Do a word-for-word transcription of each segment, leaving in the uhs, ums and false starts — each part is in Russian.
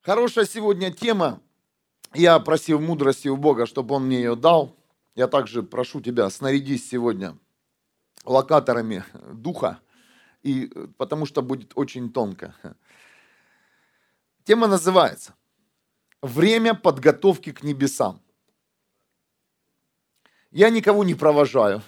Хорошая сегодня тема. Я просил мудрости у Бога, чтобы Он мне ее дал. Я также прошу тебя, снарядись сегодня локаторами духа, и, потому что будет очень тонко. Тема называется «Время подготовки к небесам». Я никого не провожаю.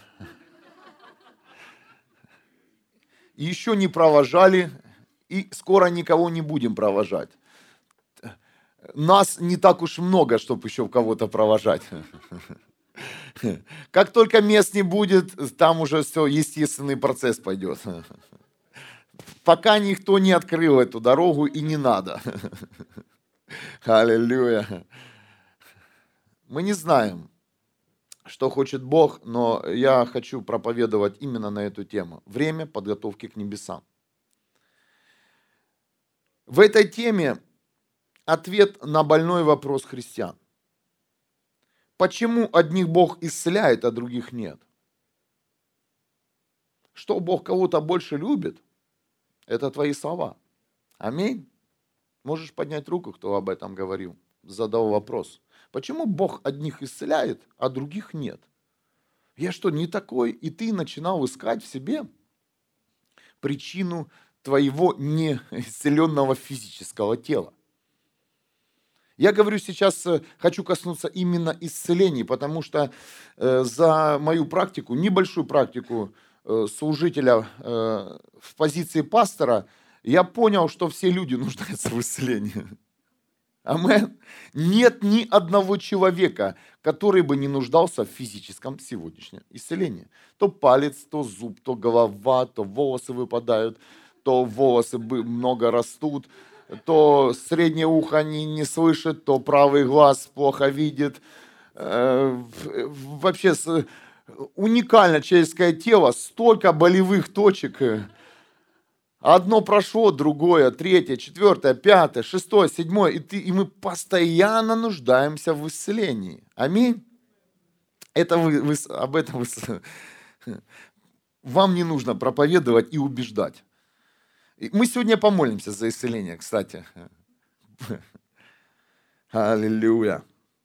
Еще не провожали, и скоро никого не будем провожать. Нас не так уж много, чтобы еще кого-то провожать. Как только мест не будет, там уже все, естественный процесс пойдет. Пока никто не открыл эту дорогу, и не надо. Аллилуйя. Мы не знаем, что хочет Бог, но я хочу проповедовать именно на эту тему. Время подготовки к небесам. В этой теме ответ на больной вопрос христиан. Почему одних Бог исцеляет, а других нет? Что Бог кого-то больше любит? Это твои слова. Аминь. Можешь поднять руку, кто об этом говорил, задал вопрос. Почему Бог одних исцеляет, а других нет? Я что, не такой? И ты начинал искать в себе причину твоего неисцеленного физического тела. Я говорю сейчас, хочу коснуться именно исцелений, потому что э, за мою практику, небольшую практику э, служителя э, в позиции пастора, я понял, что все люди нуждаются в исцелении. Амен. Нет ни одного человека, который бы не нуждался в физическом сегодняшнем исцелении. То палец, то зуб, то голова, то волосы выпадают, то волосы много растут, то среднее ухо не, не слышит, то правый глаз плохо видит. Вообще уникально человеческое тело, столько болевых точек. Одно прошло, другое, третье, четвертое, пятое, шестое, седьмое. И, ты, и мы постоянно нуждаемся в исцелении. Аминь. Это вы, вы, об этом вы, вам не нужно проповедовать и убеждать. Мы сегодня помолимся за исцеление, кстати. Аллилуйя.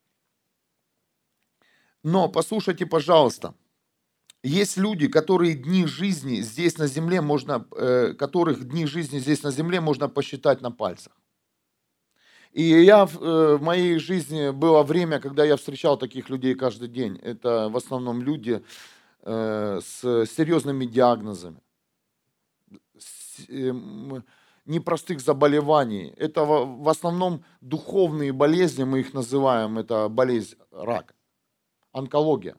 Но послушайте, пожалуйста, есть люди, которые дни жизни здесь на земле можно, э, которых дни жизни здесь на земле можно посчитать на пальцах. И я э, в моей жизни было время, когда я встречал таких людей каждый день. Это в основном люди э, с серьезными диагнозами. Непростых заболеваний. Это в основном духовные болезни, мы их называем, это болезнь рак, онкология.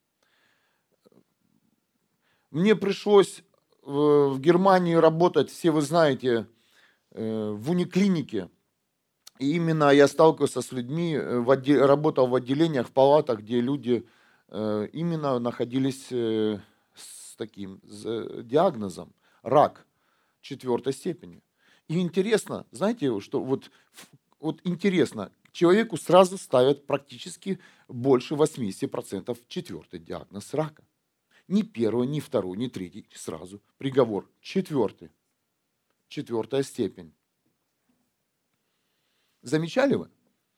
Мне пришлось в Германии работать, все вы знаете, в униклинике. И именно я сталкивался с людьми, работал в отделениях, в палатах, где люди именно находились с таким с диагнозом рак четвертой степени. И интересно, знаете, что вот, вот интересно, человеку сразу ставят практически больше восемьдесят процентов четвертый диагноз рака. Ни первый, ни второй, ни третий, сразу приговор четвертый, четвертая степень. Замечали вы?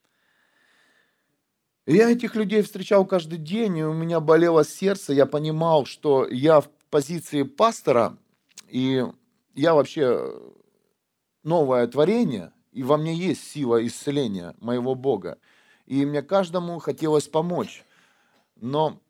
Я этих людей встречал каждый день, и у меня болело сердце, я понимал, что я в позиции пастора, и я вообще новое творение, и во мне есть сила исцеления моего Бога. И мне каждому хотелось помочь. Но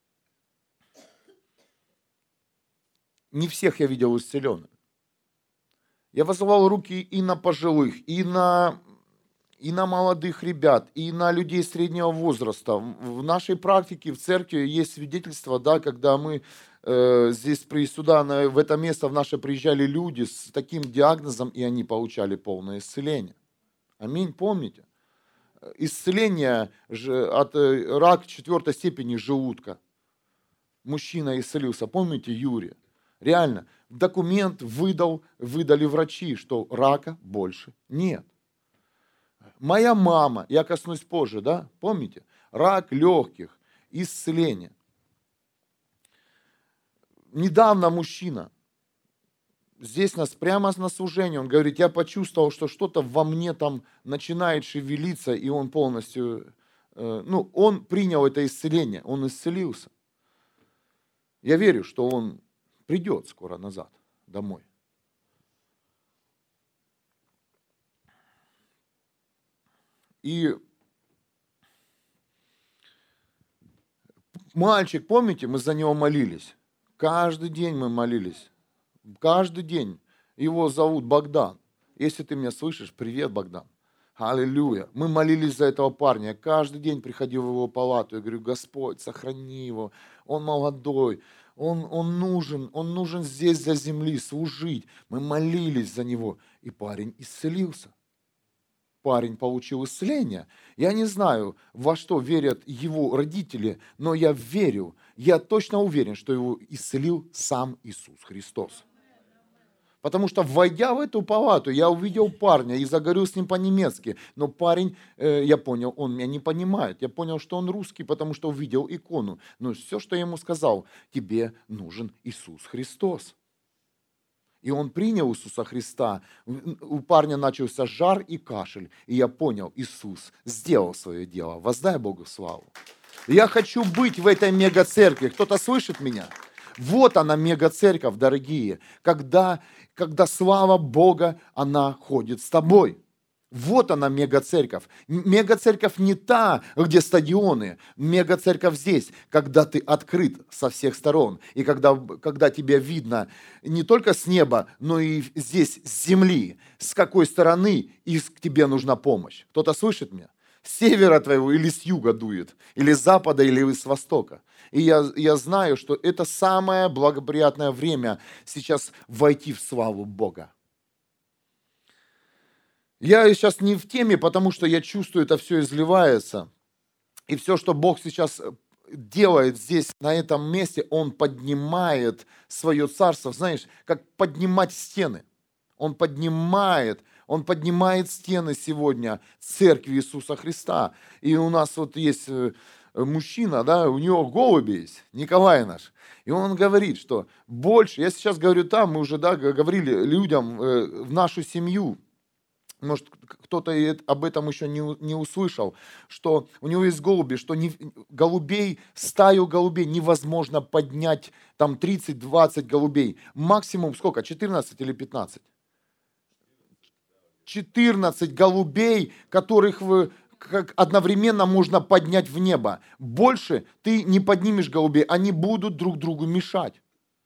не всех я видел исцеленных. Я возлагал руки и на пожилых, и на, и на молодых ребят, и на людей среднего возраста. В нашей практике, в церкви есть свидетельства, да, когда мы э, здесь при, сюда, на, в это место в наше приезжали люди с таким диагнозом, и они получали полное исцеление. Аминь, помните? Исцеление от рака четвертой степени желудка. Мужчина исцелился, помните Юрия? Реально, документ выдал, выдали врачи, что рака больше нет. Моя мама, я коснусь позже, да, помните? Рак легких, исцеление. Недавно мужчина, здесь нас прямо на служении, он говорит, я почувствовал, что что-то во мне там начинает шевелиться, и он полностью, э, ну, он принял это исцеление, он исцелился. Я верю, что он придет скоро назад, домой. И мальчик, помните, мы за него молились? Каждый день мы молились. Каждый день. Его зовут Богдан. Если ты меня слышишь, привет, Богдан. Аллилуйя. Мы молились за этого парня. Я каждый день приходил в его палату. Я говорю, Господь, сохрани его. Он молодой. Он, он нужен. Он нужен здесь, за земли, служить. Мы молились за него. И парень исцелился. Парень получил исцеление. Я не знаю, во что верят его родители, но я верю, я точно уверен, что его исцелил сам Иисус Христос. Потому что, войдя в эту палату, я увидел парня и заговорил с ним по-немецки. Но парень, э, я понял, он меня не понимает. Я понял, что он русский, потому что увидел икону. Но все, что я ему сказал, тебе нужен Иисус Христос. И он принял Иисуса Христа. У парня начался жар и кашель. И я понял, Иисус сделал свое дело. Воздай Богу славу. Я хочу быть в этой мега-церкви. Кто-то слышит меня? Вот она, мега-церковь, дорогие. Когда, когда слава Бога, она ходит с тобой. Вот она, мега-церковь. Мега-церковь не та, где стадионы. Мега-церковь здесь, когда ты открыт со всех сторон. И когда, когда тебя видно не только с неба, но и здесь, с земли. С какой стороны и к тебе нужна помощь. Кто-то слышит меня? С севера твоего или с юга дует. Или с запада, или с востока. И я, я знаю, что это самое благоприятное время сейчас войти в славу Бога. Я сейчас не в теме, потому что я чувствую, это все изливается. И все, что Бог сейчас делает здесь, на этом месте, Он поднимает свое царство. Знаешь, как поднимать стены. Он поднимает, Он поднимает стены сегодня церкви Иисуса Христа. И у нас вот есть мужчина, да, у него голуби есть, Николай наш. И он говорит, что больше, я сейчас говорю там, мы уже, да, говорили людям в нашу семью, может, кто-то об этом еще не, не услышал, что у него есть голуби, что не, голубей, стаю голубей невозможно поднять, там тридцать-двадцать голубей. Максимум сколько? четырнадцать или пятнадцать? четырнадцать голубей, которых вы, как одновременно можно поднять в небо. Больше ты не поднимешь голубей, они будут друг другу мешать.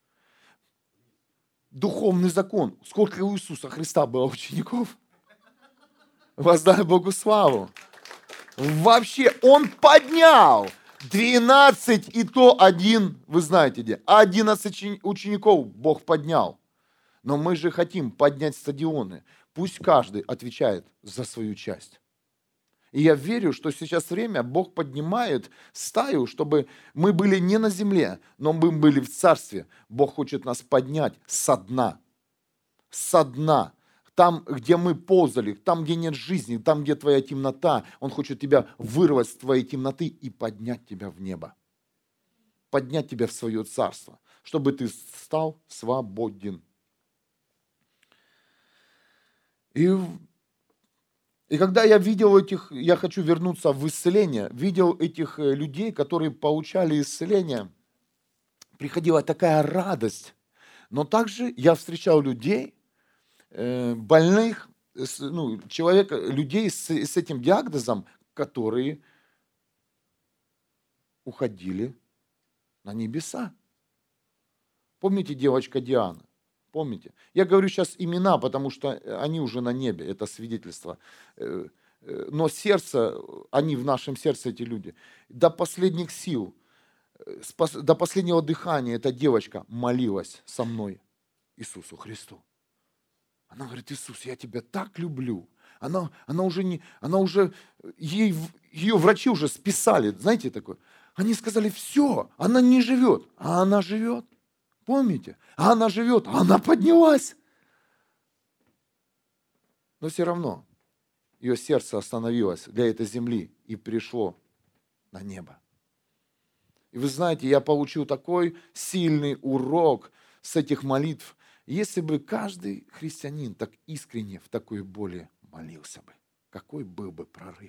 Духовный закон. Сколько у Иисуса Христа было учеников? Воздай Богу славу. Вообще, Он поднял двенадцать, и то один, вы знаете где, одиннадцать учеников Бог поднял. Но мы же хотим поднять стадионы. Пусть каждый отвечает за свою часть. И я верю, что сейчас время Бог поднимает стаю, чтобы мы были не на земле, но мы были в царстве. Бог хочет нас поднять со дна. Со дна. Там, где мы ползали, там, где нет жизни, там, где твоя темнота, Он хочет тебя вырвать с твоей темноты и поднять тебя в небо. Поднять тебя в свое царство, чтобы ты стал свободен. И, и когда я видел этих, я хочу вернуться в исцеление, видел этих людей, которые получали исцеление, приходила такая радость. Но также я встречал людей, больных, ну, человека, людей с, с этим диагнозом, которые уходили на небеса. Помните девочка Диана? Помните? Я говорю сейчас имена, потому что они уже на небе, это свидетельство. Но сердце, они в нашем сердце, эти люди, до последних сил, до последнего дыхания эта девочка молилась со мной Иисусу Христу. Она говорит, Иисус, я тебя так люблю. Она, она уже, не, она уже ей, ее врачи уже списали, знаете такое. Они сказали, все, она не живет, а она живет. Помните? А она живет, а она поднялась. Но все равно ее сердце остановилось для этой земли и пришло на небо. И вы знаете, я получил такой сильный урок с этих молитв. Если бы каждый христианин так искренне в такой боли молился бы, какой был бы прорыв?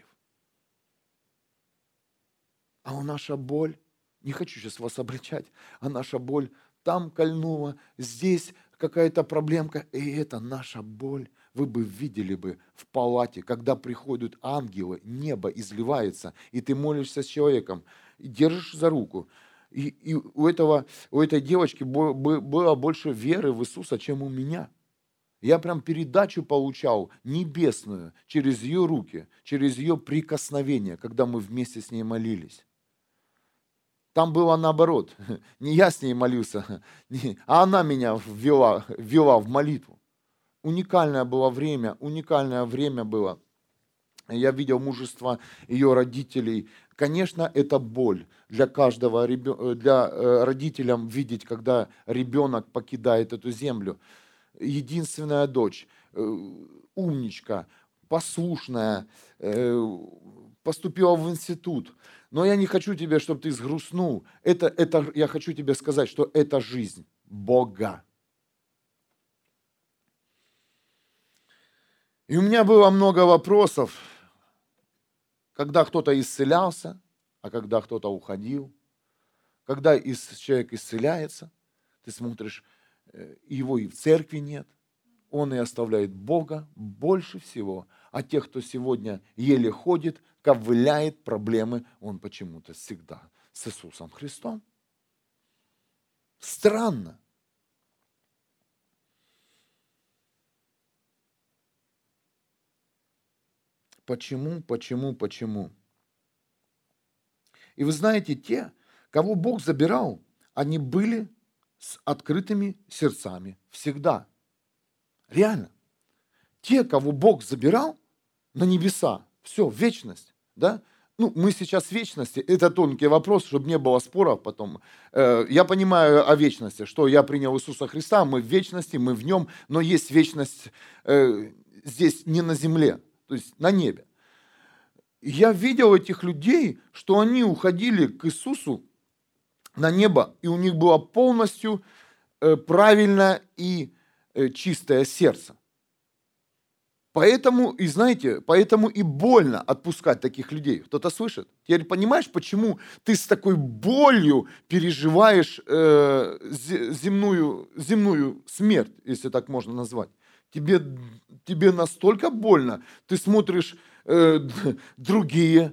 А наша боль, не хочу сейчас вас обличать, а наша боль там кольнула, здесь какая-то проблемка, и это наша боль. Вы бы видели бы в палате, когда приходят ангелы, небо изливается, и ты молишься с человеком, и держишь за руку. И, и у, этого, у этой девочки было больше веры в Иисуса, чем у меня. Я прям передачу получал небесную через ее руки, через ее прикосновение, когда мы вместе с ней молились. Там было наоборот. Не я с ней молился, а она меня ввела, ввела в молитву. Уникальное было время, уникальное время было. Я видел мужество ее родителей. Конечно, это боль для каждого, для родителям видеть, когда ребенок покидает эту землю. Единственная дочь, умничка, послушная, поступила в институт. Но я не хочу тебе, чтобы ты сгрустнул. Это, это, я хочу тебе сказать, что это жизнь Бога. И у меня было много вопросов, когда кто-то исцелялся, а когда кто-то уходил. Когда человек исцеляется, ты смотришь, его и в церкви нет, он и оставляет Бога больше всего. А тех, кто сегодня еле ходит, ковыляет проблемы, он почему-то всегда с Иисусом Христом. Странно. Почему, почему, почему? И вы знаете, те, кого Бог забирал, они были с открытыми сердцами всегда. Реально. Те, кого Бог забирал на небеса, все, в вечность, да? Ну, мы сейчас в вечности, это тонкий вопрос, чтобы не было споров потом. Я понимаю о вечности, что я принял Иисуса Христа, мы в вечности, мы в Нем, но есть вечность здесь не на земле, то есть на небе. Я видел этих людей, что они уходили к Иисусу на небо, и у них было полностью правильное и чистое сердце. Поэтому, и знаете, поэтому и больно отпускать таких людей. Кто-то слышит? Теперь понимаешь, почему ты с такой болью переживаешь э, земную, земную смерть, если так можно назвать? Тебе, тебе настолько больно, ты смотришь э, другие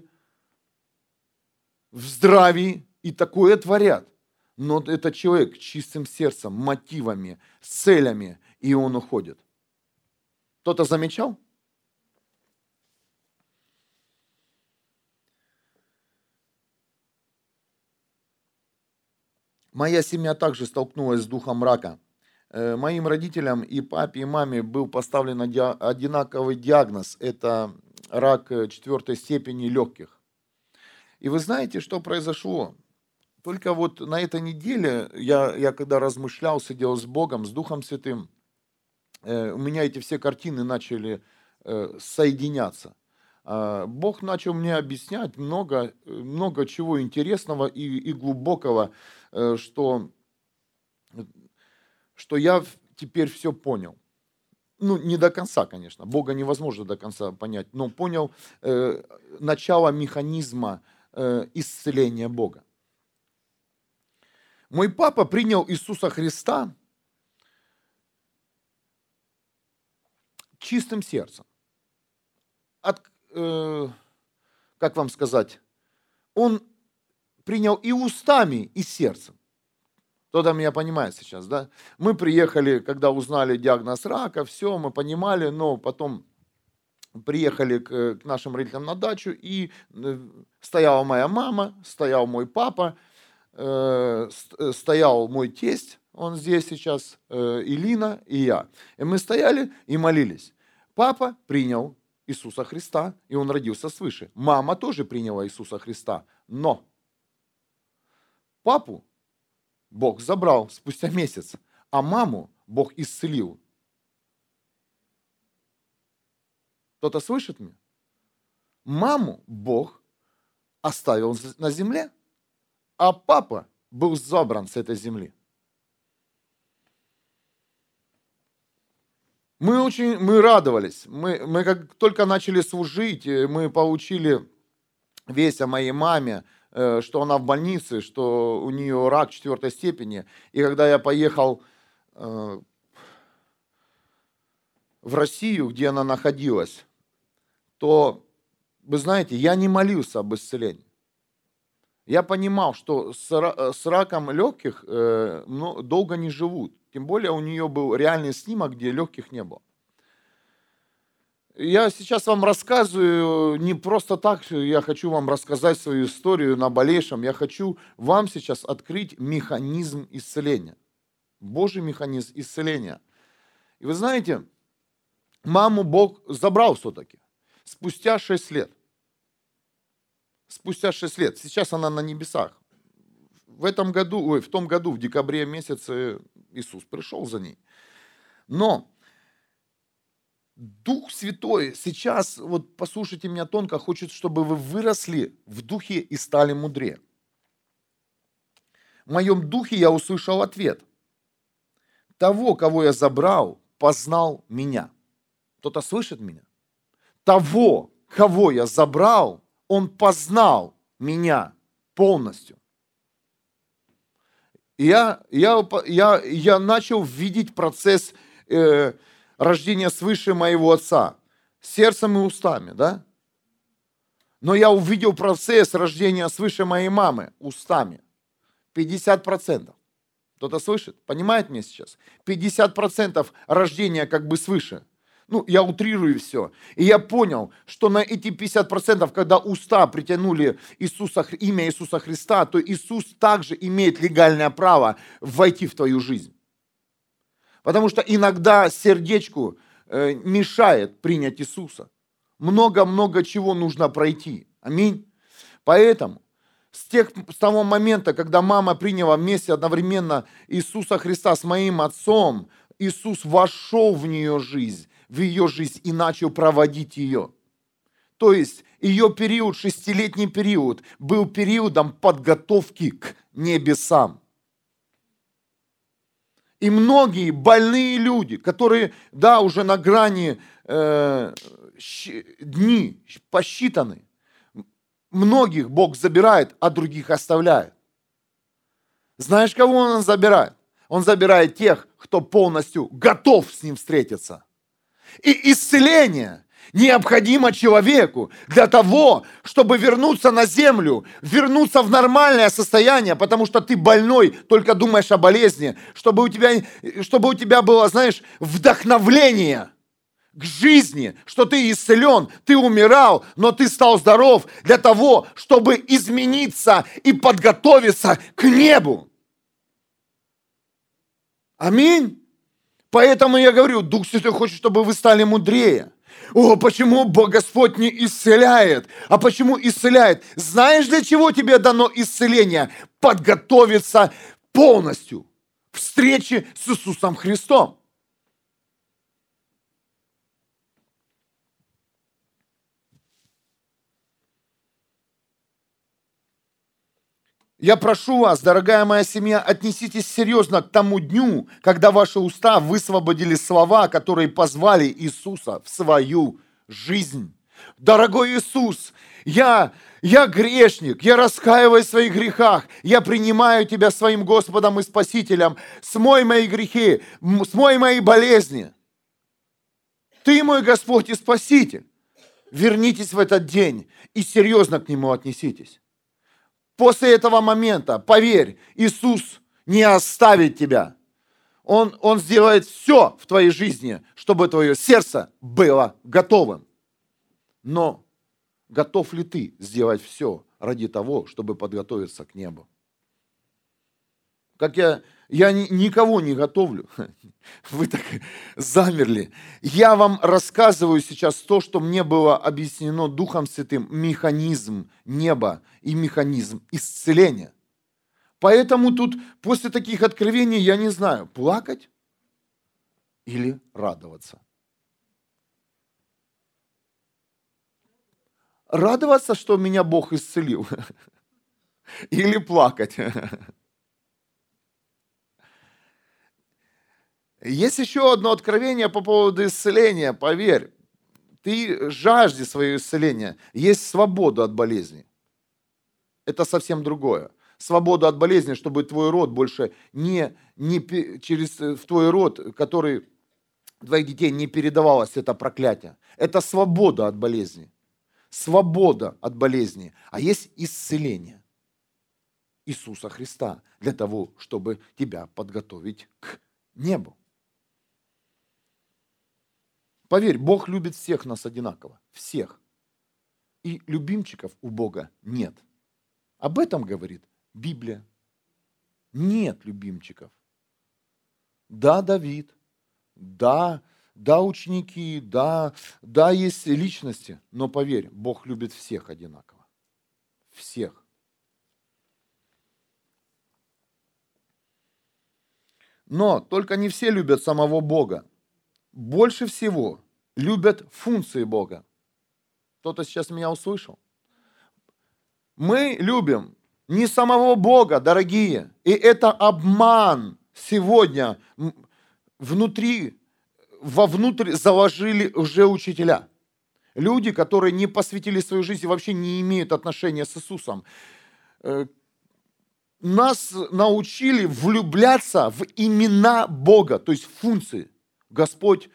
в здравии и такое творят. Но это человек с чистым сердцем, мотивами, целями, и он уходит. Кто-то замечал? Моя семья также столкнулась с духом рака. Моим родителям и папе, и маме был поставлен одинаковый диагноз. Это рак четвертой степени легких. И вы знаете, что произошло? Только вот на этой неделе, я, я когда размышлял, сидел с Богом, с Духом Святым, у меня эти все картины начали соединяться. Бог начал мне объяснять много, много чего интересного и, и глубокого, что, что я теперь все понял. Ну, не до конца, конечно. Бога невозможно до конца понять, но понял э, начало механизма э, исцеления Бога. Мой папа принял Иисуса Христа чистым сердцем. От, э, как вам сказать, он принял и устами, и сердцем. Кто-то меня понимает сейчас, да? Мы приехали, когда узнали диагноз рака, все, мы понимали, но потом приехали к, к нашим родителям на дачу, и стояла моя мама, стоял мой папа, э, стоял мой тесть, он здесь сейчас, э, Илина и я. И мы стояли и молились. Папа принял Иисуса Христа, и он родился свыше. Мама тоже приняла Иисуса Христа, но папу Бог забрал спустя месяц, а маму Бог исцелил. Кто-то слышит меня? Маму Бог оставил на земле, а папа был забран с этой земли. Мы очень, мы радовались. Мы, мы как только начали служить, мы получили весть о моей маме, что она в больнице, что у нее рак четвертой степени. И когда я поехал в Россию, где она находилась, то, вы знаете, я не молился об исцелении. Я понимал, что с раком легких ну, долго не живут. Тем более у нее был реальный снимок, где легких не было. Я сейчас вам рассказываю не просто так, я хочу вам рассказать свою историю наболевшем. Я хочу вам сейчас открыть механизм исцеления. Божий механизм исцеления. И вы знаете, маму Бог забрал все-таки. Спустя шесть лет. Спустя шесть лет. Сейчас она на небесах. В этом году, ой, в том году, в декабре месяце Иисус пришел за ней. Но Дух Святой сейчас, вот послушайте меня тонко, хочет, чтобы вы выросли в духе и стали мудрее. В моем духе я услышал ответ. Того, кого я забрал, познал меня. Кто-то слышит меня? Того, кого я забрал, он познал меня полностью. И я, я, я, я начал видеть процесс э, рождения свыше моего отца, сердцем и устами, да? Но я увидел процесс рождения свыше моей мамы, устами. пятьдесят процентов. Кто-то слышит? Понимает меня сейчас? пятьдесят процентов рождения как бы свыше. Ну, я утрирую все. И я понял, что на эти пятьдесят процентов, когда уста притянули Иисуса, имя Иисуса Христа, то Иисус также имеет легальное право войти в твою жизнь. Потому что иногда сердечку э, мешает принять Иисуса. Много-много чего нужно пройти. Аминь. Поэтому с, тех, с того момента, когда мама приняла вместе одновременно Иисуса Христа с моим отцом, Иисус вошел в нее жизнь, в ее жизнь и начал проводить ее. То есть ее период, шестилетний период, был периодом подготовки к небесам. И многие больные люди, которые, да, уже на грани э, дни посчитаны, многих Бог забирает, а других оставляет. Знаешь, кого Он забирает? Он забирает тех, кто полностью готов с Ним встретиться. И исцеление необходимо человеку для того, чтобы вернуться на землю, вернуться в нормальное состояние, потому что ты больной, только думаешь о болезни, чтобы у тебя, чтобы у тебя было, знаешь, вдохновление к жизни, что ты исцелен, ты умирал, но ты стал здоров для того, чтобы измениться и подготовиться к небу. Аминь. Поэтому я говорю, Дух Святой хочет, чтобы вы стали мудрее. О, почему Бог Господь не исцеляет? А почему исцеляет? Знаешь, для чего тебе дано исцеление? Подготовиться полностью к встрече с Иисусом Христом. Я прошу вас, дорогая моя семья, отнеситесь серьезно к тому дню, когда ваши уста высвободили слова, которые позвали Иисуса в свою жизнь. Дорогой Иисус, я, я грешник, я раскаиваюсь в своих грехах, я принимаю Тебя своим Господом и Спасителем. Смой мои грехи, смой мои болезни. Ты мой Господь и Спаситель. Вернитесь в этот день и серьезно к Нему отнеситесь. После этого момента, поверь, Иисус не оставит тебя. Он, он сделает все в твоей жизни, чтобы твое сердце было готовым. Но готов ли ты сделать все ради того, чтобы подготовиться к небу? Как я, я никого не готовлю. Вы так замерли. Я вам рассказываю сейчас то, что мне было объяснено Духом Святым. Механизм неба и механизм исцеления. Поэтому тут после таких откровений я не знаю, плакать или радоваться. Радоваться, что меня Бог исцелил. Или плакать. Есть еще одно откровение по поводу исцеления, поверь. Ты жажди свое исцеление. Есть свобода от болезни. Это совсем другое. Свобода от болезни, чтобы твой род больше не, не через в твой род, который твоих детей не передавалось это проклятие. Это свобода от болезни. Свобода от болезни. А есть исцеление Иисуса Христа для того, чтобы тебя подготовить к небу. Поверь, Бог любит всех нас одинаково. Всех. И любимчиков у Бога нет. Об этом говорит Библия. Нет любимчиков. Да, Давид. Да, да, ученики. Да, да, есть личности. Но поверь, Бог любит всех одинаково. Всех. Но только не все любят самого Бога. Больше всего любят функции Бога. Кто-то сейчас меня услышал? Мы любим не самого Бога, дорогие. И это обман сегодня внутри, вовнутрь заложили уже учителя. Люди, которые не посвятили свою жизнь и вообще не имеют отношения с Иисусом. Нас научили влюбляться в имена Бога, то есть функции. Господь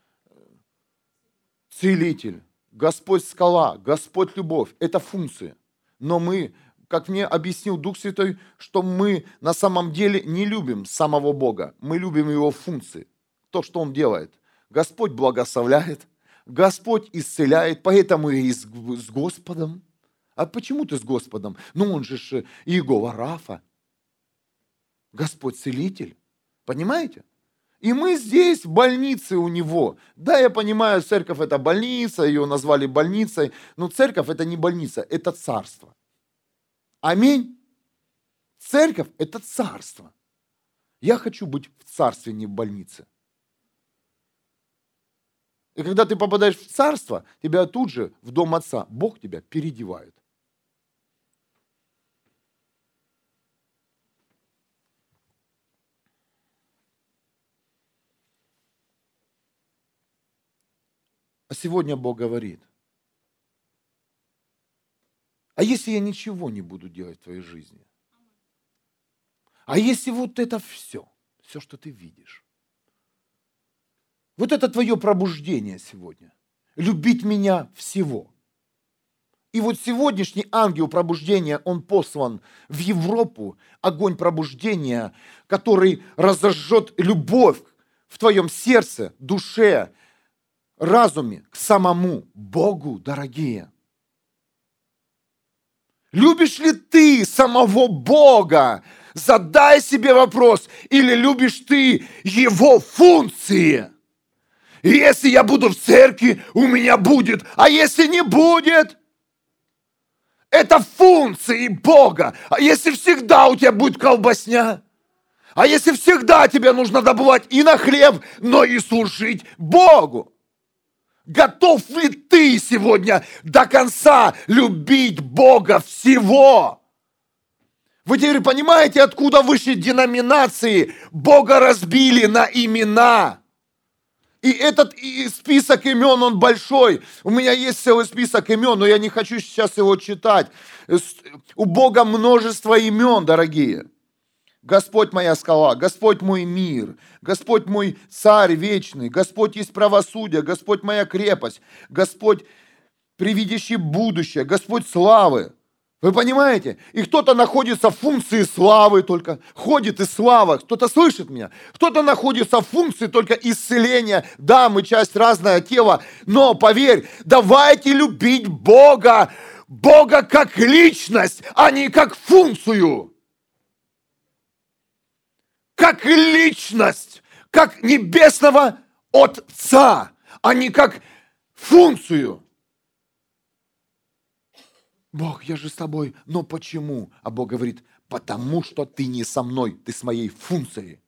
целитель, Господь скала, Господь любовь. Это функции. Но мы, как мне объяснил Дух Святой, что мы на самом деле не любим самого Бога. Мы любим Его функции. То, что Он делает. Господь благословляет, Господь исцеляет, поэтому и с Господом. А почему ты с Господом? Ну, Он же Иегова Рафа. Господь целитель. Понимаете? И мы здесь, в больнице у Него. Да, я понимаю, церковь это больница, ее назвали больницей. Но церковь это не больница, это царство. Аминь. Церковь это царство. Я хочу быть в царстве, не в больнице. И когда ты попадаешь в царство, тебя тут же, в дом Отца, Бог тебя переодевает. А сегодня Бог говорит, а если я ничего не буду делать в твоей жизни? А если вот это все, все, что ты видишь? Вот это твое пробуждение сегодня. Любить меня всего. И вот сегодняшний ангел пробуждения, он послан в Европу, огонь пробуждения, который разожжет любовь в твоем сердце, душе, разуме к самому Богу, дорогие. Любишь ли ты самого Бога? Задай себе вопрос. Или любишь ты Его функции? Если я буду в церкви, у меня будет. А если не будет? Это функции Бога. А если всегда у тебя будет колбасня? А если всегда тебе нужно добывать и на хлеб, но и служить Богу? Готов ли ты сегодня до конца любить Бога всего? Вы теперь понимаете, откуда вышли деноминации? Бога разбили на имена. И этот список имен, он большой. У меня есть целый список имен, но я не хочу сейчас его читать. У Бога множество имен, дорогие. Господь моя скала, Господь мой мир, Господь мой царь вечный, Господь есть правосудие, Господь моя крепость, Господь предвидящий будущее, Господь славы. Вы понимаете? И кто-то находится в функции славы только, ходит и слава. Кто-то слышит меня? Кто-то находится в функции только исцеления. Да, мы часть разное тело, но поверь, давайте любить Бога, Бога как личность, а не как функцию. Как личность, как небесного Отца, а не как функцию. Бог, я же с тобой, но почему? А Бог говорит, потому что ты не со мной, ты с моей функцией.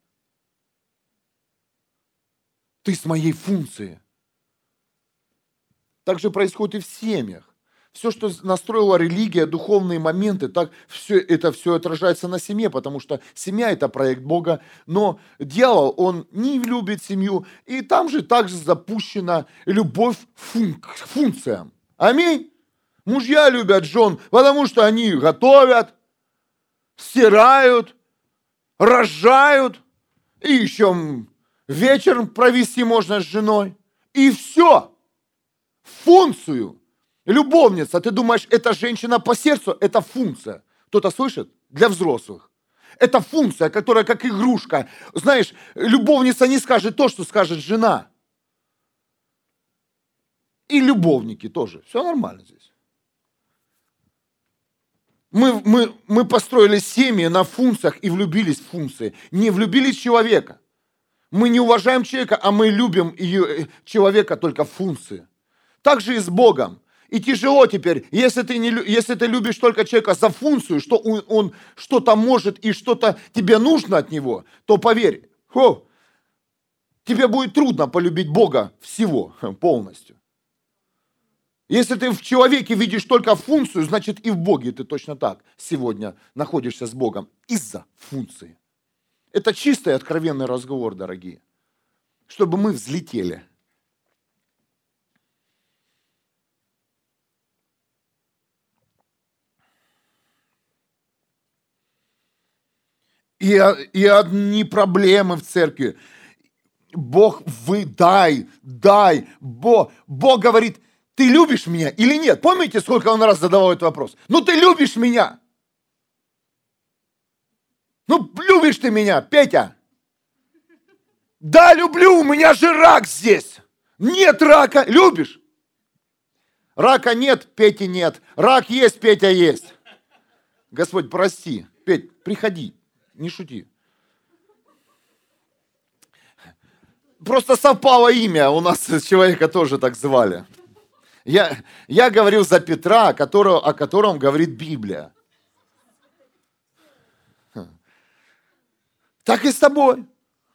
Ты с моей функцией. Так же происходит и в семьях. Все, что настроила религия, духовные моменты, так все, это все отражается на семье, потому что семья – это проект Бога, но дьявол, он не любит семью, и там же также запущена любовь фун- к функциям. Аминь. Мужья любят жен, потому что они готовят, стирают, рожают, и еще вечером провести можно с женой. И все. Функцию. Любовница, ты думаешь, это женщина по сердцу? Это функция. Кто-то слышит? Для взрослых. Это функция, которая как игрушка. Знаешь, любовница не скажет то, что скажет жена. И любовники тоже. Все нормально здесь. Мы, мы, мы построили семьи на функциях и влюбились в функции. Не влюбились в человека. Мы не уважаем человека, а мы любим ее, человека только в функции. Так же и с Богом. И тяжело теперь, если ты, не, если ты любишь только человека за функцию, что он, он что-то может и что-то тебе нужно от него, то поверь, хо, тебе будет трудно полюбить Бога всего полностью. Если ты в человеке видишь только функцию, значит и в Боге ты точно так сегодня находишься с Богом из-за функции. Это чистый откровенный разговор, дорогие, чтобы мы взлетели. И, и одни проблемы в церкви. Бог, вы дай, дай. Бог, Бог говорит, ты любишь меня или нет? Помните, сколько он раз задавал этот вопрос? Ну ты любишь меня? Ну любишь ты меня, Петя? Да, люблю, у меня же рак здесь. Нет рака, любишь? Рака нет, Пети нет. Рак есть, Петя есть. Господь, прости. Петь, приходи. Не шути. Просто совпало имя, у нас человека тоже так звали. Я, я говорил за Петра, которого, о котором говорит Библия. Так и с тобой.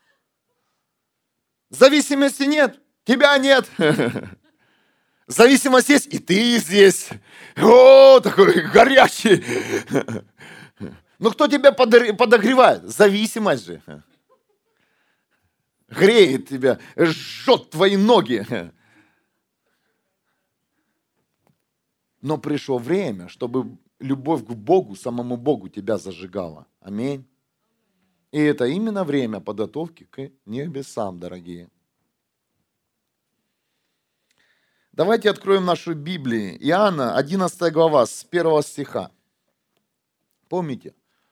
Зависимости нет, тебя нет. Зависимость есть, и ты здесь. О, такой горячий. Ну кто тебя подогревает? Зависимость же. Греет тебя, жжет твои ноги. Но пришло время, чтобы любовь к Богу, самому Богу тебя зажигала. Аминь. И это именно время подготовки к небесам, дорогие. Давайте откроем нашу Библию. Иоанна, одиннадцатая глава, с первого стиха. Помните?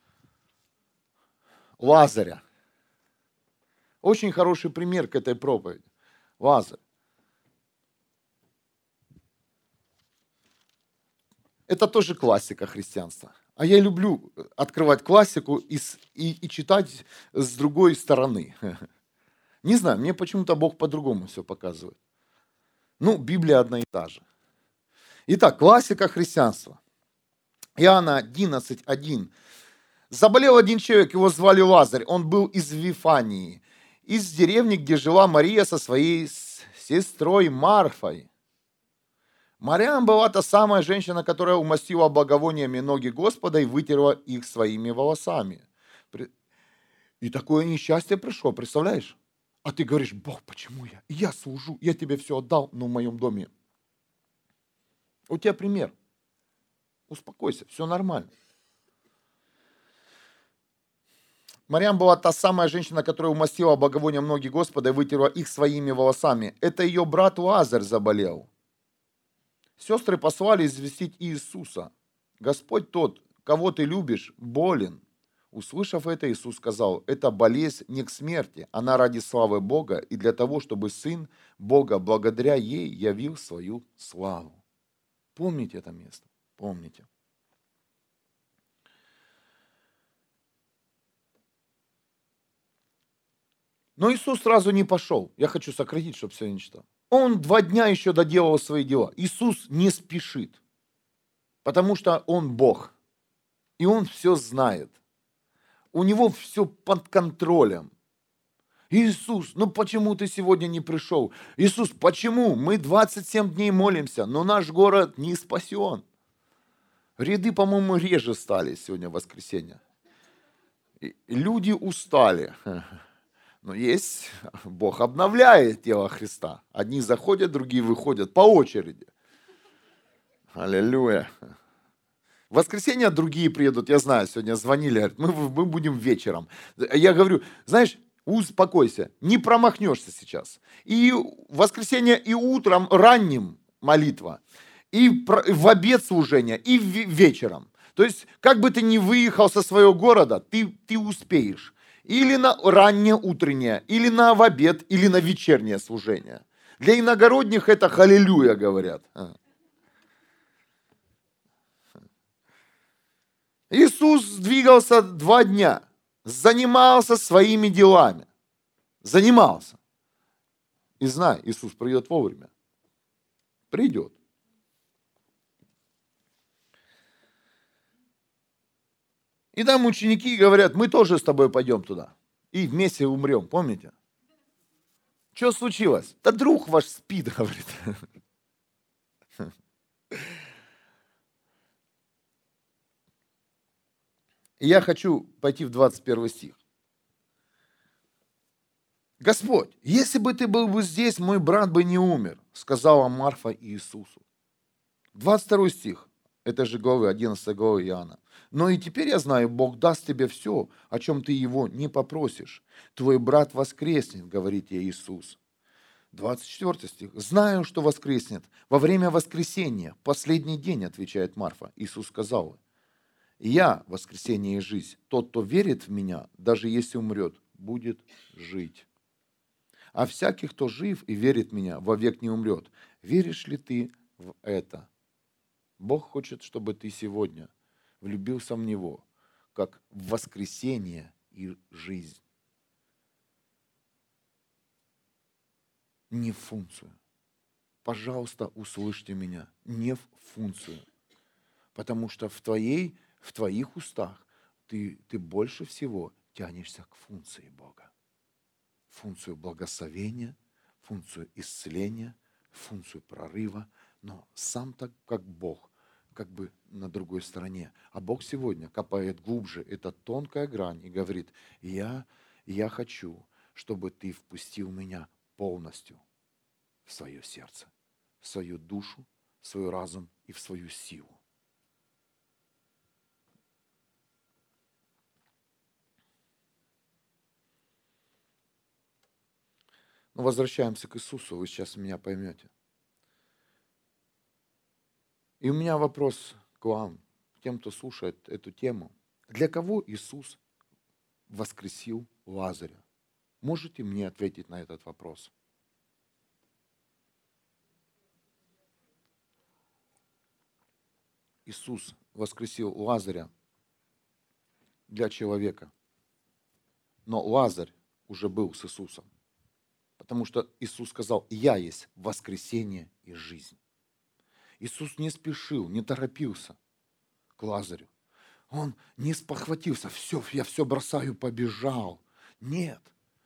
Лазаря. Очень хороший пример к этой проповеди. Лазарь. Это тоже классика христианства. А я люблю открывать классику и, и, и читать с другой стороны. Не знаю, мне почему-то Бог по-другому все показывает. Ну, Библия одна и та же. Итак, классика христианства. Иоанна одиннадцать, один. Заболел один человек, его звали Лазарь, он был из Вифании, из деревни, где жила Мария со своей сестрой Марфой. Мариам была та самая женщина, которая умастила благовониями ноги Господа и вытерла их своими волосами. И такое несчастье пришло, представляешь? А ты говоришь, Бог, почему я? Я служу, я тебе все отдал, но в моем доме. У тебя пример. Успокойся, все нормально. Мариам была та самая женщина, которая умастила благовонием ноги Господа и вытерла их своими волосами. Это ее брат Лазарь заболел. Сестры послали известить Иисуса. Господь тот, кого ты любишь, болен. Услышав это, Иисус сказал, это болезнь не к смерти, она ради славы Бога и для того, чтобы Сын Бога благодаря ей явил свою славу. Помните это место? Помните. Но Иисус сразу не пошел. Я хочу сократить, чтобы все не читал. Он два дня еще доделал свои дела. Иисус не спешит, потому что Он Бог. И Он все знает. У Него все под контролем. Иисус, ну почему ты сегодня не пришел? Иисус, почему? Мы двадцать семь дней молимся, но наш город не спасен. Ряды, по-моему, реже стали сегодня в воскресенье. И люди устали. Но есть, Бог обновляет тело Христа. Одни заходят, другие выходят по очереди. Аллилуйя. В воскресенье другие приедут, я знаю, сегодня звонили, говорят, мы, мы будем вечером. Я говорю, знаешь, успокойся, не промахнешься сейчас. И в воскресенье и утром, ранним молитва, и в обед служение, и вечером. То есть, как бы ты ни выехал со своего города, ты, ты успеешь. Или на раннее утреннее, или на в обед, или на вечернее служение. Для иногородних это халилюя, говорят. Иисус двигался два дня, занимался своими делами. Занимался. И знай, Иисус придет вовремя. Придет. И там ученики говорят, мы тоже с тобой пойдем туда. И вместе умрем, помните? Что случилось? Да друг ваш спит, говорит. И я хочу пойти в двадцать первый стих. Господь, если бы ты был бы здесь, мой брат бы не умер, сказала Марфа Иисусу. двадцать второй стих, это же главы, одиннадцатой главы Иоанна. Но и теперь я знаю, Бог даст тебе все, о чем ты его не попросишь. Твой брат воскреснет, говорит ей Иисус. двадцать четвёртый стих. Знаю, что воскреснет. Во время воскресения, последний день, отвечает Марфа. Иисус сказал, я воскресение и жизнь. Тот, кто верит в меня, даже если умрет, будет жить. А всякий, кто жив и верит в меня, вовек не умрет. Веришь ли ты в это? Бог хочет, чтобы ты сегодня влюбился в Него, как в воскресение и жизнь. Не в функцию. Пожалуйста, услышьте меня. Не в функцию. Потому что в, твоей, в твоих устах ты, ты больше всего тянешься к функции Бога. Функцию благословения, функцию исцеления, функцию прорыва. Но сам так, как Бог, как бы на другой стороне. А Бог сегодня копает глубже. Это тонкая грань и говорит, я, я хочу, чтобы ты впустил меня полностью в свое сердце, в свою душу, в свой разум и в свою силу. Но возвращаемся к Иисусу, вы сейчас меня поймете. И у меня вопрос к вам, к тем, кто слушает эту тему. Для кого Иисус воскресил Лазаря? Можете мне ответить на этот вопрос? Иисус воскресил Лазаря для человека. Но Лазарь уже был с Иисусом. Потому что Иисус сказал, я есть воскресение и жизнь. Иисус не спешил, не торопился к Лазарю. Он не спохватился, все, я все бросаю, побежал. Нет.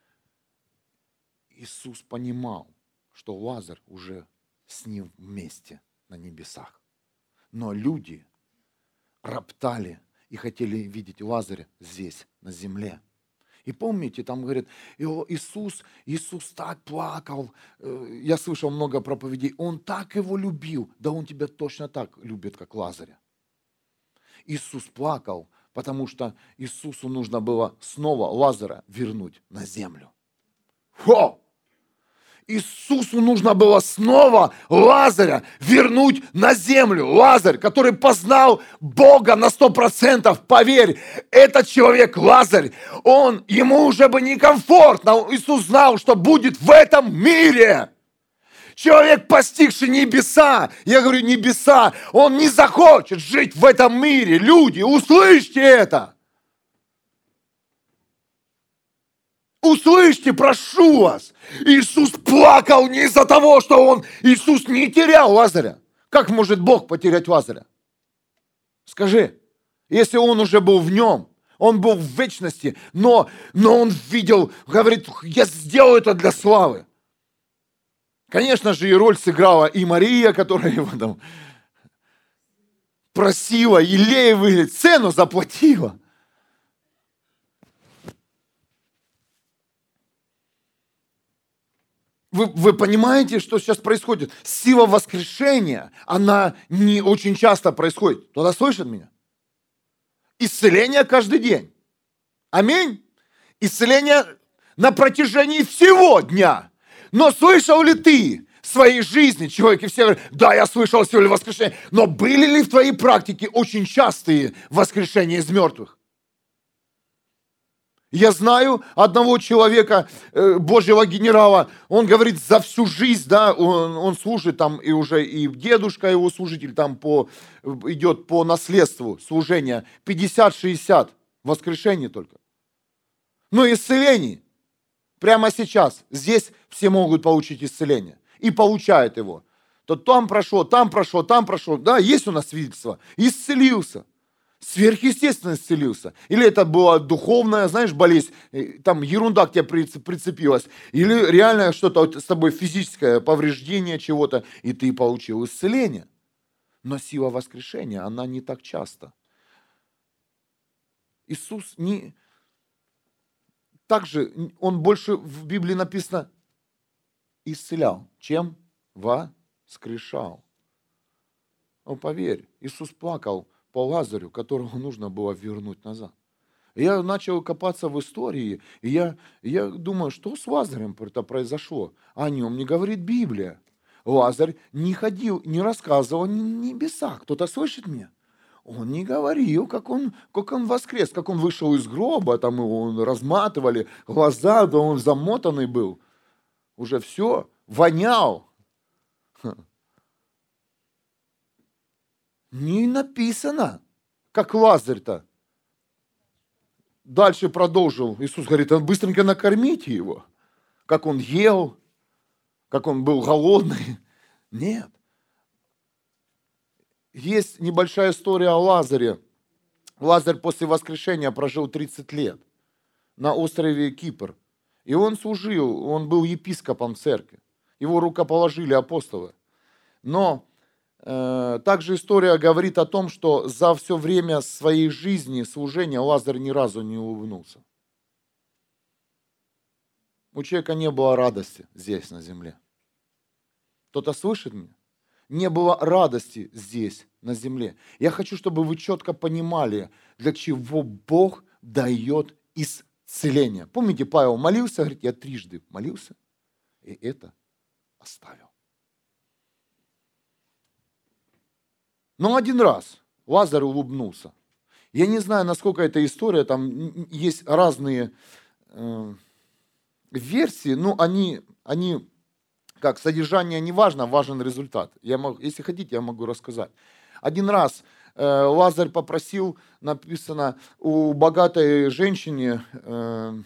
Иисус понимал, что Лазарь уже с ним вместе на небесах. Но люди роптали и хотели видеть Лазаря здесь, на земле. И помните, там говорят, Иисус, Иисус так плакал. Я слышал много проповедей. Он так его любил. Да он тебя точно так любит, как Лазаря. Иисус плакал, потому что Иисусу нужно было снова Лазаря вернуть на землю. Фу! Иисусу нужно было снова Лазаря вернуть на землю. Лазарь, который познал Бога на сто процентов, поверь, этот человек Лазарь, он, ему уже бы некомфортно. Иисус знал, что будет в этом мире. Человек, постигший небеса, я говорю небеса, он не захочет жить в этом мире. Люди, услышьте это. Услышьте, прошу вас, Иисус плакал не из-за того, что он, Иисус не терял Лазаря. Как может Бог потерять Лазаря? Скажи, если он уже был в нем, Он был в вечности, но, но он видел, говорит, я сделаю это для славы. Конечно же, и роль сыграла и Мария, которая его там просила, елеевую цену заплатила. Вы, вы понимаете, что сейчас происходит? Сила воскрешения, она не очень часто происходит. Кто-то слышит меня? Исцеление каждый день. Аминь. Исцеление на протяжении всего дня. Но слышал ли ты в своей жизни, человек, и все говорят, да, я слышал силу воскрешения, но были ли в твоей практике очень частые воскрешения из мертвых? Я знаю одного человека, Божьего генерала, он говорит, за всю жизнь, да, он, он служит там, и уже и дедушка его служитель там по, идет по наследству служения, пятьдесят-шестьдесят воскрешений только. Но исцелений прямо сейчас, здесь все могут получить исцеление и получают его. То там прошло, там прошло, там прошло, да, есть у нас свидетельство, исцелился. Сверхъестественно исцелился. Или это была духовная, знаешь, болезнь, там ерунда к тебе прицепилась. Или реально что-то с тобой физическое повреждение чего-то, и ты получил исцеление. Но сила воскрешения, она не так часто. Иисус не... Также Он больше в Библии написано исцелял, чем воскрешал. Ну, поверь, Иисус плакал по Лазарю, которого нужно было вернуть назад. И я начал копаться в истории, и я, я думаю, что с Лазарем это произошло? О нем не говорит Библия. Лазарь не ходил, не рассказывал о небесах. Кто-то слышит меня? Он не говорил, как он, как он воскрес, как он вышел из гроба, там его разматывали, глаза, да он замотанный был. Уже все, вонял. Не написано, как Лазарь-то. Дальше продолжил. Иисус говорит, быстренько накормите его. Как он ел, как он был голодный. Нет. Есть небольшая история о Лазаре. Лазарь после воскрешения прожил тридцать лет на острове Кипр. И он служил, он был епископом церкви. Его рукоположили апостолы. Но также история говорит о том, что за все время своей жизни, служения, Лазарь ни разу не улыбнулся. У человека не было радости здесь, на земле. Кто-то слышит меня? Не было радости здесь, на земле. Я хочу, чтобы вы четко понимали, для чего Бог дает исцеление. Помните, Павел молился, говорит, я трижды молился, и это оставил. Но один раз Лазарь улыбнулся. Я не знаю, насколько эта история, там есть разные э, версии, но они, они, как содержание не важно, важен результат. Я могу, если хотите, я могу рассказать. Один раз э, Лазарь попросил, написано, у богатой женщины, э,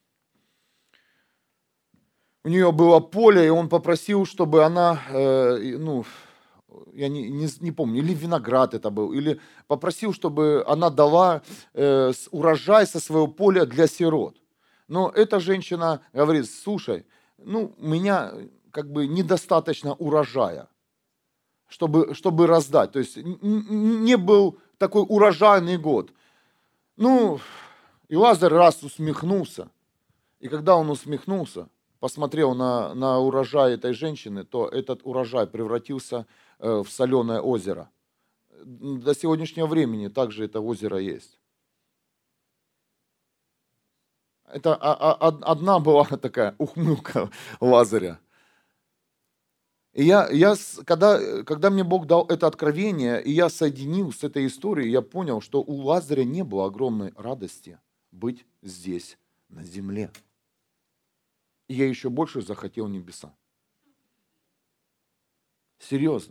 у нее было поле, и он попросил, чтобы она, э, ну, я не, не, не помню, или виноград это был, или попросил, чтобы она дала э, урожай со своего поля для сирот. Но эта женщина говорит, слушай, ну, у меня как бы недостаточно урожая, чтобы, чтобы раздать. То есть не был такой урожайный год. Ну, и Лазарь раз усмехнулся. И когда он усмехнулся, посмотрел на, на урожай этой женщины, то этот урожай превратился в соленое озеро. До сегодняшнего времени также это озеро есть. Это одна была такая ухмылка Лазаря. И я, я когда, когда мне Бог дал это откровение, и я соединил с этой историей, я понял, что у Лазаря не было огромной радости быть здесь, на земле. И я еще больше захотел небеса. Серьезно.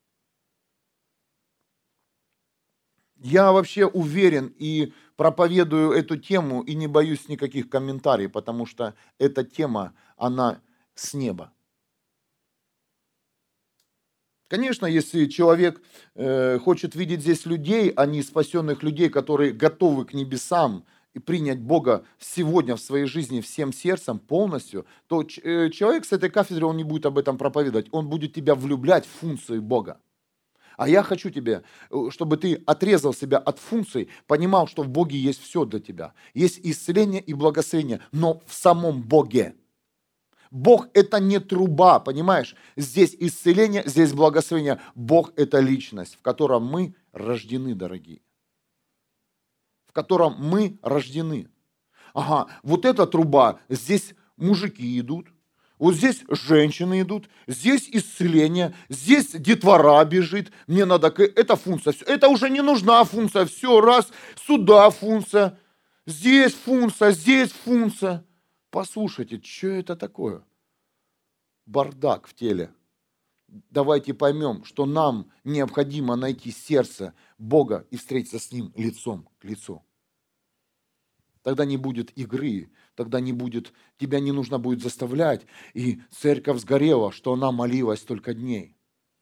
Я вообще уверен и проповедую эту тему, и не боюсь никаких комментариев, потому что эта тема, она с неба. Конечно, если человек э, хочет видеть здесь людей, а не спасенных людей, которые готовы к небесам и принять Бога сегодня в своей жизни всем сердцем полностью, то ч- э, человек с этой кафедры, он не будет об этом проповедовать, он будет тебя влюблять в функции Бога. А я хочу тебе, э, чтобы ты отрезал себя от функций, понимал, что в Боге есть все для тебя. Есть исцеление и благословение, но в самом Боге. Бог это не труба, понимаешь? Здесь исцеление, здесь благословение. Бог это личность, в котором мы рождены, дорогие. В котором мы рождены. Ага, вот эта труба, здесь мужики идут, вот здесь женщины идут, здесь исцеление, здесь детвора бежит, мне надо, к- это функция, всё. Это уже не нужна функция, все, раз, сюда функция, здесь функция, здесь функция. Послушайте, что это такое? Бардак в теле. Давайте поймем, что нам необходимо найти сердце Бога и встретиться с Ним лицом к лицу. Тогда не будет игры, тогда не будет, тебя не нужно будет заставлять. И церковь сгорела, что она молилась столько дней.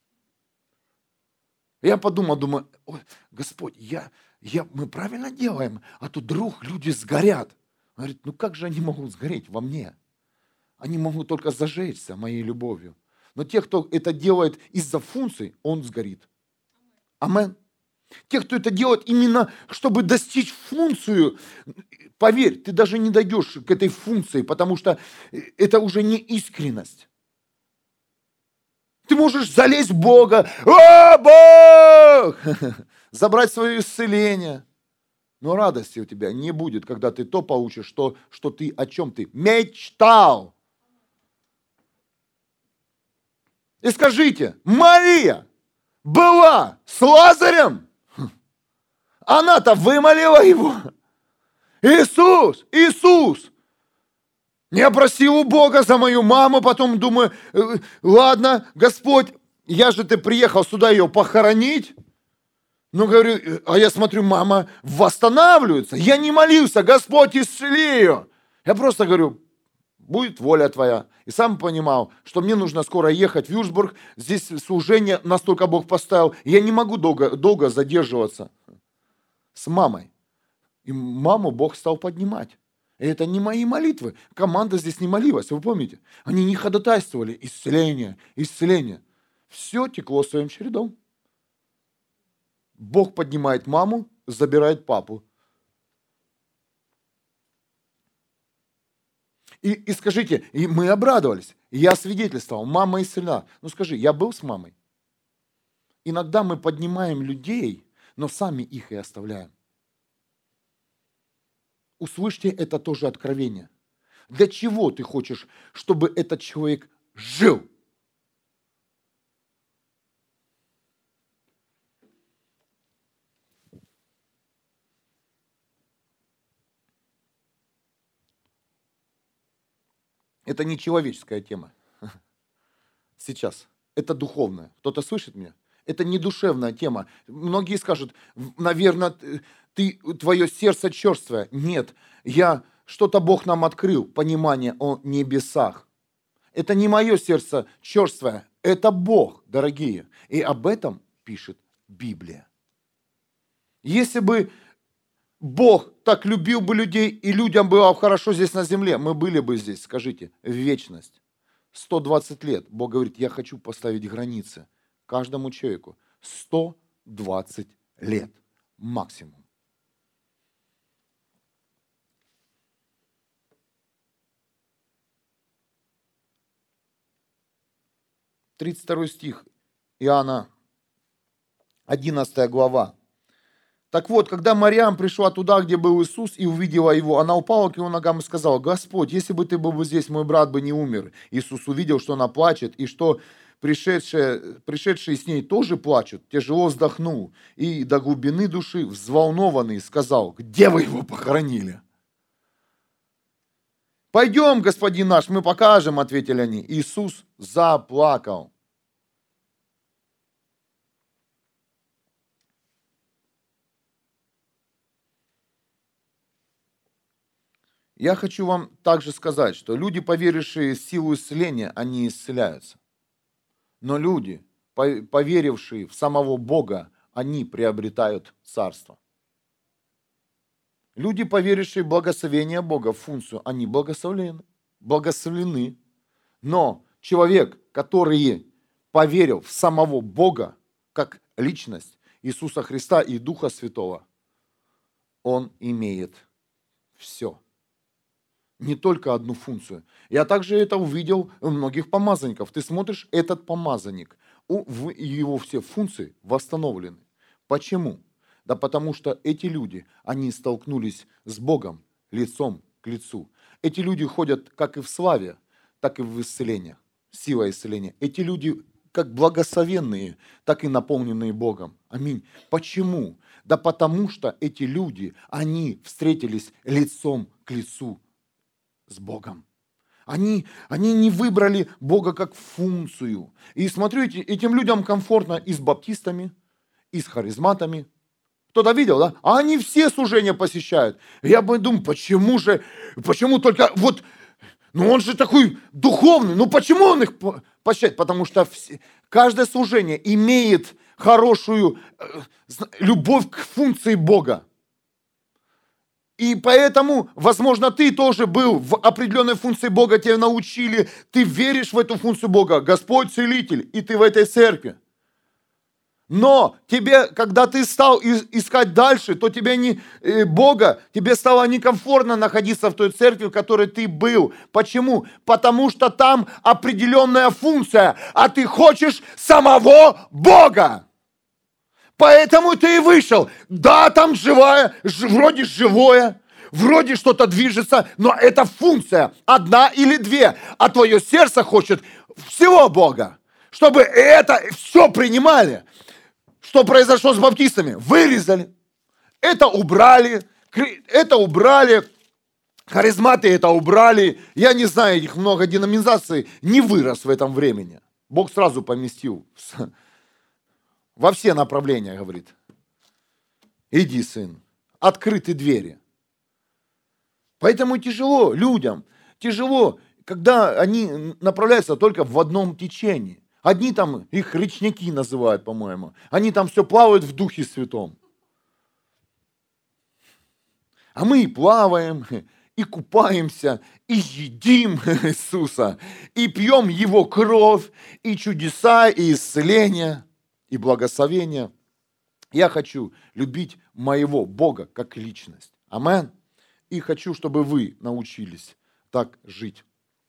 Я подумал, думаю, ой, Господь, я, я, мы правильно делаем, а тут вдруг люди сгорят. Он говорит, ну как же они могут сгореть во мне? Они могут только зажечься моей любовью. Но те, кто это делает из-за функций, он сгорит. Амен. Те, кто это делает именно, чтобы достичь функцию, поверь, ты даже не дойдешь к этой функции, потому что это уже не искренность. Ты можешь залезть в Бога, о, Бог! Забрать свое исцеление. Но радости у тебя не будет, когда ты то получишь, что, что ты, о чем ты мечтал. И скажите, Мария была с Лазарем? Она-то вымолила его. Иисус, Иисус. Я просил у Бога за мою маму, потом думаю, ладно, Господь, я же ты приехал сюда ее похоронить. Ну, говорю, а я смотрю, мама восстанавливается. Я не молился, Господь, исцели ее. Я просто говорю, будет воля твоя. И сам понимал, что мне нужно скоро ехать в Вюрцбург. Здесь служение настолько Бог поставил. Я не могу долго, долго задерживаться с мамой. И маму Бог стал поднимать. И это не мои молитвы. Команда здесь не молилась, вы помните? Они не ходатайствовали. Исцеление, исцеление. Все текло своим чередом. Бог поднимает маму, забирает папу. И, и скажите, и мы обрадовались. И я свидетельствовал, мама исцелена. Ну скажи, я был с мамой? Иногда мы поднимаем людей, но сами их и оставляем. Услышьте, это тоже откровение. Для чего ты хочешь, чтобы этот человек жил? Это не человеческая тема сейчас. Это духовная. Кто-то слышит меня? Это не душевная тема. Многие скажут, наверное, ты, твое сердце черствое. Нет, я, что-то Бог нам открыл, понимание о небесах. Это не мое сердце черствое, это Бог, дорогие. И об этом пишет Библия. Если бы Бог так любил бы людей, и людям было хорошо здесь на земле, мы были бы здесь, скажите, в вечность. сто двадцать лет. Бог говорит, я хочу поставить границы каждому человеку. сто двадцать лет максимум. тридцать второй стих Иоанна, одиннадцатая глава. Так вот, когда Мариам пришла туда, где был Иисус, и увидела его, она упала к его ногам и сказала, Господь, если бы ты был бы здесь, мой брат бы не умер. Иисус увидел, что она плачет, и что пришедшие, пришедшие с ней тоже плачут, тяжело вздохнул, и до глубины души взволнованный сказал, где вы его похоронили? Пойдем, господин наш, мы покажем, ответили они. Иисус заплакал. Я хочу вам также сказать, что люди, поверившие в силу исцеления, они исцеляются. Но люди, поверившие в самого Бога, они приобретают царство. Люди, поверившие в благословение Бога, в функцию, они благословлены. благословлены. Но человек, который поверил в самого Бога, как личность Иисуса Христа и Духа Святого, он имеет все. Не только одну функцию. Я также это увидел у многих помазанников. Ты смотришь, этот помазанник, его все функции восстановлены. Почему? Да потому что эти люди, они столкнулись с Богом лицом к лицу. Эти люди ходят как и в славе, так и в исцелении, сила исцеления. Эти люди как благословенные, так и наполненные Богом. Аминь. Почему? Да потому что эти люди, они встретились лицом к лицу с Богом. Они, они не выбрали Бога как функцию. И смотрите, этим людям комфортно и с баптистами, и с харизматами. Кто-то видел, да? А они все служения посещают. Я бы думал, почему же, почему только вот, ну он же такой духовный, ну почему он их посещает? Потому что все, каждое служение имеет хорошую э, любовь к функции Бога. И поэтому, возможно, ты тоже был в определенной функции Бога, тебя научили, ты веришь в эту функцию Бога, Господь целитель, и ты в этой церкви. Но тебе, когда ты стал искать дальше, то тебе не, э, Бога, тебе стало некомфортно находиться в той церкви, в которой ты был. Почему? Потому что там определенная функция, а ты хочешь самого Бога. Поэтому ты и вышел. Да, там живая, вроде живое, вроде что-то движется, но это функция, одна или две. А твое сердце хочет всего Бога, чтобы это все принимали. Что произошло с баптистами? Вырезали, это убрали, это убрали, харизматы это убрали. Я не знаю, их много деноминаций не вырос в этом времени. Бог сразу поместил во все направления, говорит. Иди, сын, открыты двери. Поэтому тяжело людям, тяжело, когда они направляются только в одном течении. Одни там, их речники называют, по-моему. Они там все плавают в Духе Святом. А мы и плаваем, и купаемся, и едим Иисуса, и пьем Его кровь, и чудеса, и исцеления, и благословения. Я хочу любить моего Бога как личность. Амен. И хочу, чтобы вы научились так жить.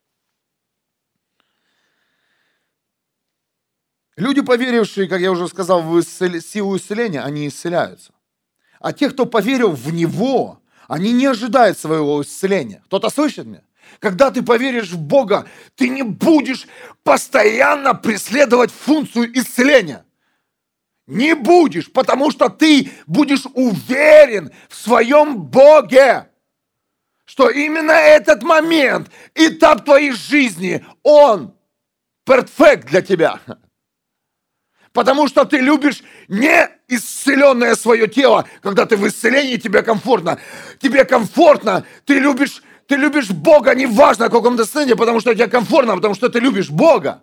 Люди, поверившие, как я уже сказал, в силу исцеления, они исцеляются. А те, кто поверил в Него, они не ожидают своего исцеления. Кто-то слышит меня? Когда ты поверишь в Бога, ты не будешь постоянно преследовать функцию исцеления. Не будешь, потому что ты будешь уверен в своем Боге, что именно этот момент, этап твоей жизни, он перфект для тебя. Потому что ты любишь не исцеленное свое тело, когда ты в исцелении, тебе комфортно. Тебе комфортно, ты любишь, ты любишь Бога, неважно в каком состоянии, потому что тебе комфортно, потому что ты любишь Бога.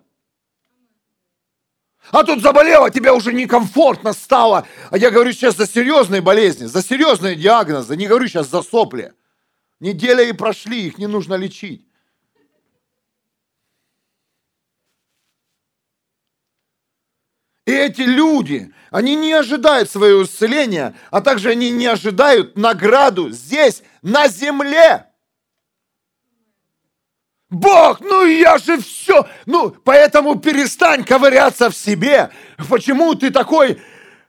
А тут заболело, тебе уже некомфортно стало. А я говорю сейчас за серьезные болезни, за серьезные диагнозы, не говорю сейчас за сопли. Неделя и прошли, их не нужно лечить. И эти люди, они не ожидают своего исцеления, а также они не ожидают награду здесь, на земле. Бог, ну я же все, ну поэтому перестань ковыряться в себе. Почему ты такой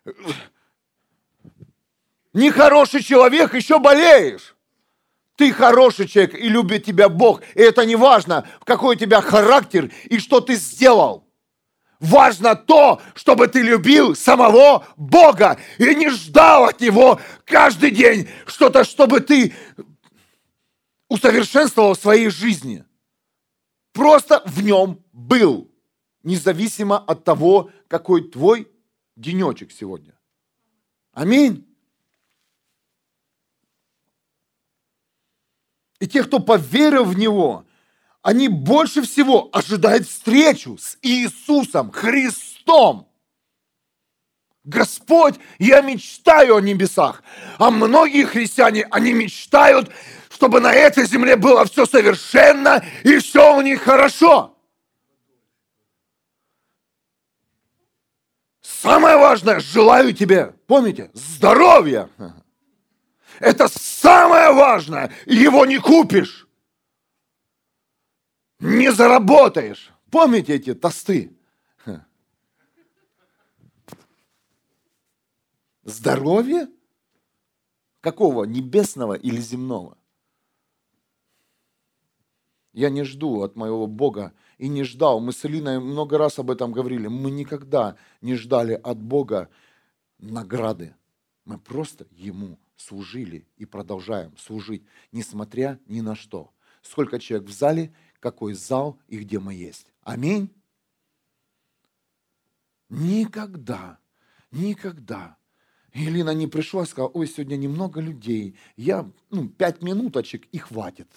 нехороший человек, еще болеешь? Ты хороший человек и любит тебя Бог. И это не важно, какой у тебя характер и что ты сделал. Важно то, чтобы ты любил самого Бога и не ждал от Него каждый день что-то, чтобы ты усовершенствовал в своей жизни. Просто в нем был, независимо от того, какой твой денечек сегодня. Аминь. И те, кто поверил в Него, они больше всего ожидают встречу с Иисусом Христом. Господь, я мечтаю о небесах. А многие христиане, они мечтают, чтобы на этой земле было все совершенно и все у них хорошо. Самое важное, желаю тебе, помните, здоровья. Это самое важное, его не купишь, не заработаешь. Помните эти тосты? Здоровье? Какого? Небесного или земного? Я не жду от моего Бога и не ждал. Мы с Элиной много раз об этом говорили. Мы никогда не ждали от Бога награды. Мы просто Ему служили и продолжаем служить, несмотря ни на что. Сколько человек в зале, какой зал и где мы есть. Аминь. Никогда, никогда. Елена не пришла и сказала, ой, сегодня немного людей, я, ну, пять минуточек и хватит.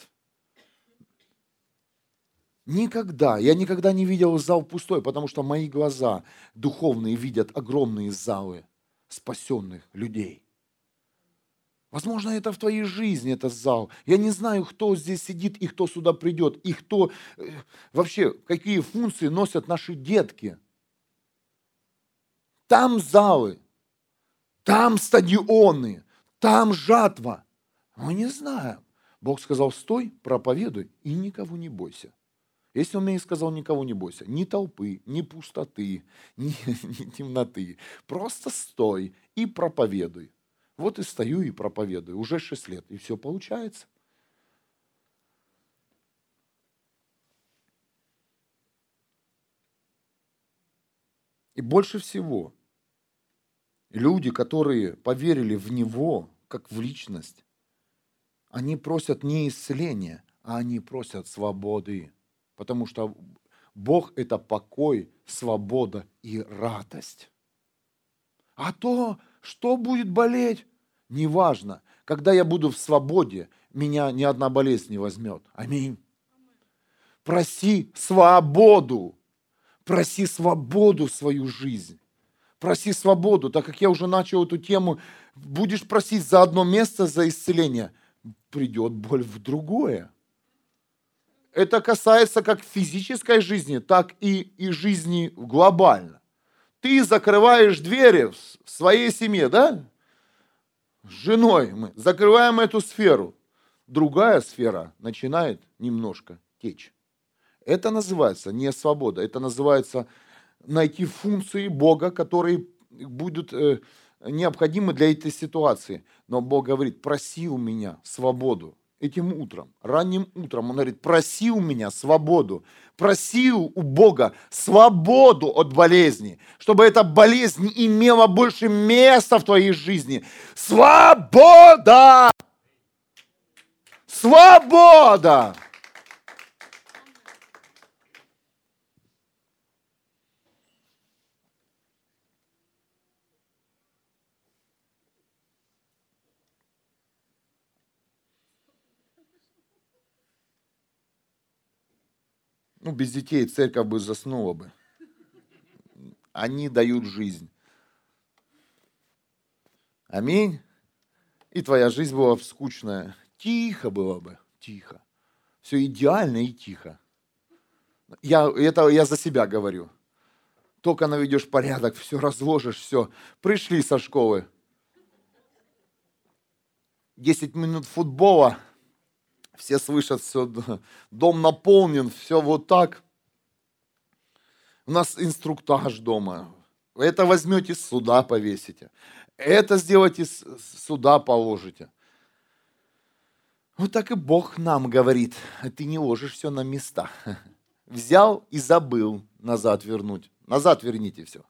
Никогда, я никогда не видел зал пустой, потому что мои глаза духовные видят огромные залы спасенных людей. Возможно, это в твоей жизни, этот зал. Я не знаю, кто здесь сидит и кто сюда придет, и кто, вообще, какие функции носят наши детки. Там залы. Там стадионы, там жатва. Мы не знаем. Бог сказал, стой, проповедуй и никого не бойся. Если Он мне сказал, никого не бойся, ни толпы, ни пустоты, ни, ни темноты, просто стой и проповедуй. Вот и стою и проповедую, уже шесть лет, и все получается. И больше всего люди, которые поверили в Него, как в личность, они просят не исцеления, а они просят свободы. Потому что Бог – это покой, свобода и радость. А то, что будет болеть, неважно. Когда я буду в свободе, меня ни одна болезнь не возьмет. Аминь. Проси свободу. Проси свободу в свою жизнь. Проси свободу, так как я уже начал эту тему. Будешь просить за одно место за исцеление, придет боль в другое. Это касается как физической жизни, так и, и жизни глобально. Ты закрываешь двери в своей семье, да? С женой мы закрываем эту сферу. Другая сфера начинает немножко течь. Это называется не свобода, это называется найти функции Бога, которые будут э, необходимы для этой ситуации. Но Бог говорит, проси у меня свободу. Этим утром, ранним утром, Он говорит, проси у меня свободу. Проси у Бога свободу от болезни, чтобы эта болезнь имела больше места в твоей жизни. Свобода! Свобода! Ну, без детей церковь бы заснула бы. Они дают жизнь. Аминь. И твоя жизнь была бы скучная. Тихо было бы, тихо. Все идеально и тихо. Я, это я за себя говорю. Только наведешь порядок, все разложишь, все. Пришли со школы. десять минут футбола. Все слышат, все, дом наполнен, все вот так. У нас инструктаж дома. Это возьмете, сюда повесите. Это сделайте, сюда положите. Вот так и Бог нам говорит. Ты не ложишь все на места. Взял и забыл назад вернуть. Назад верните все.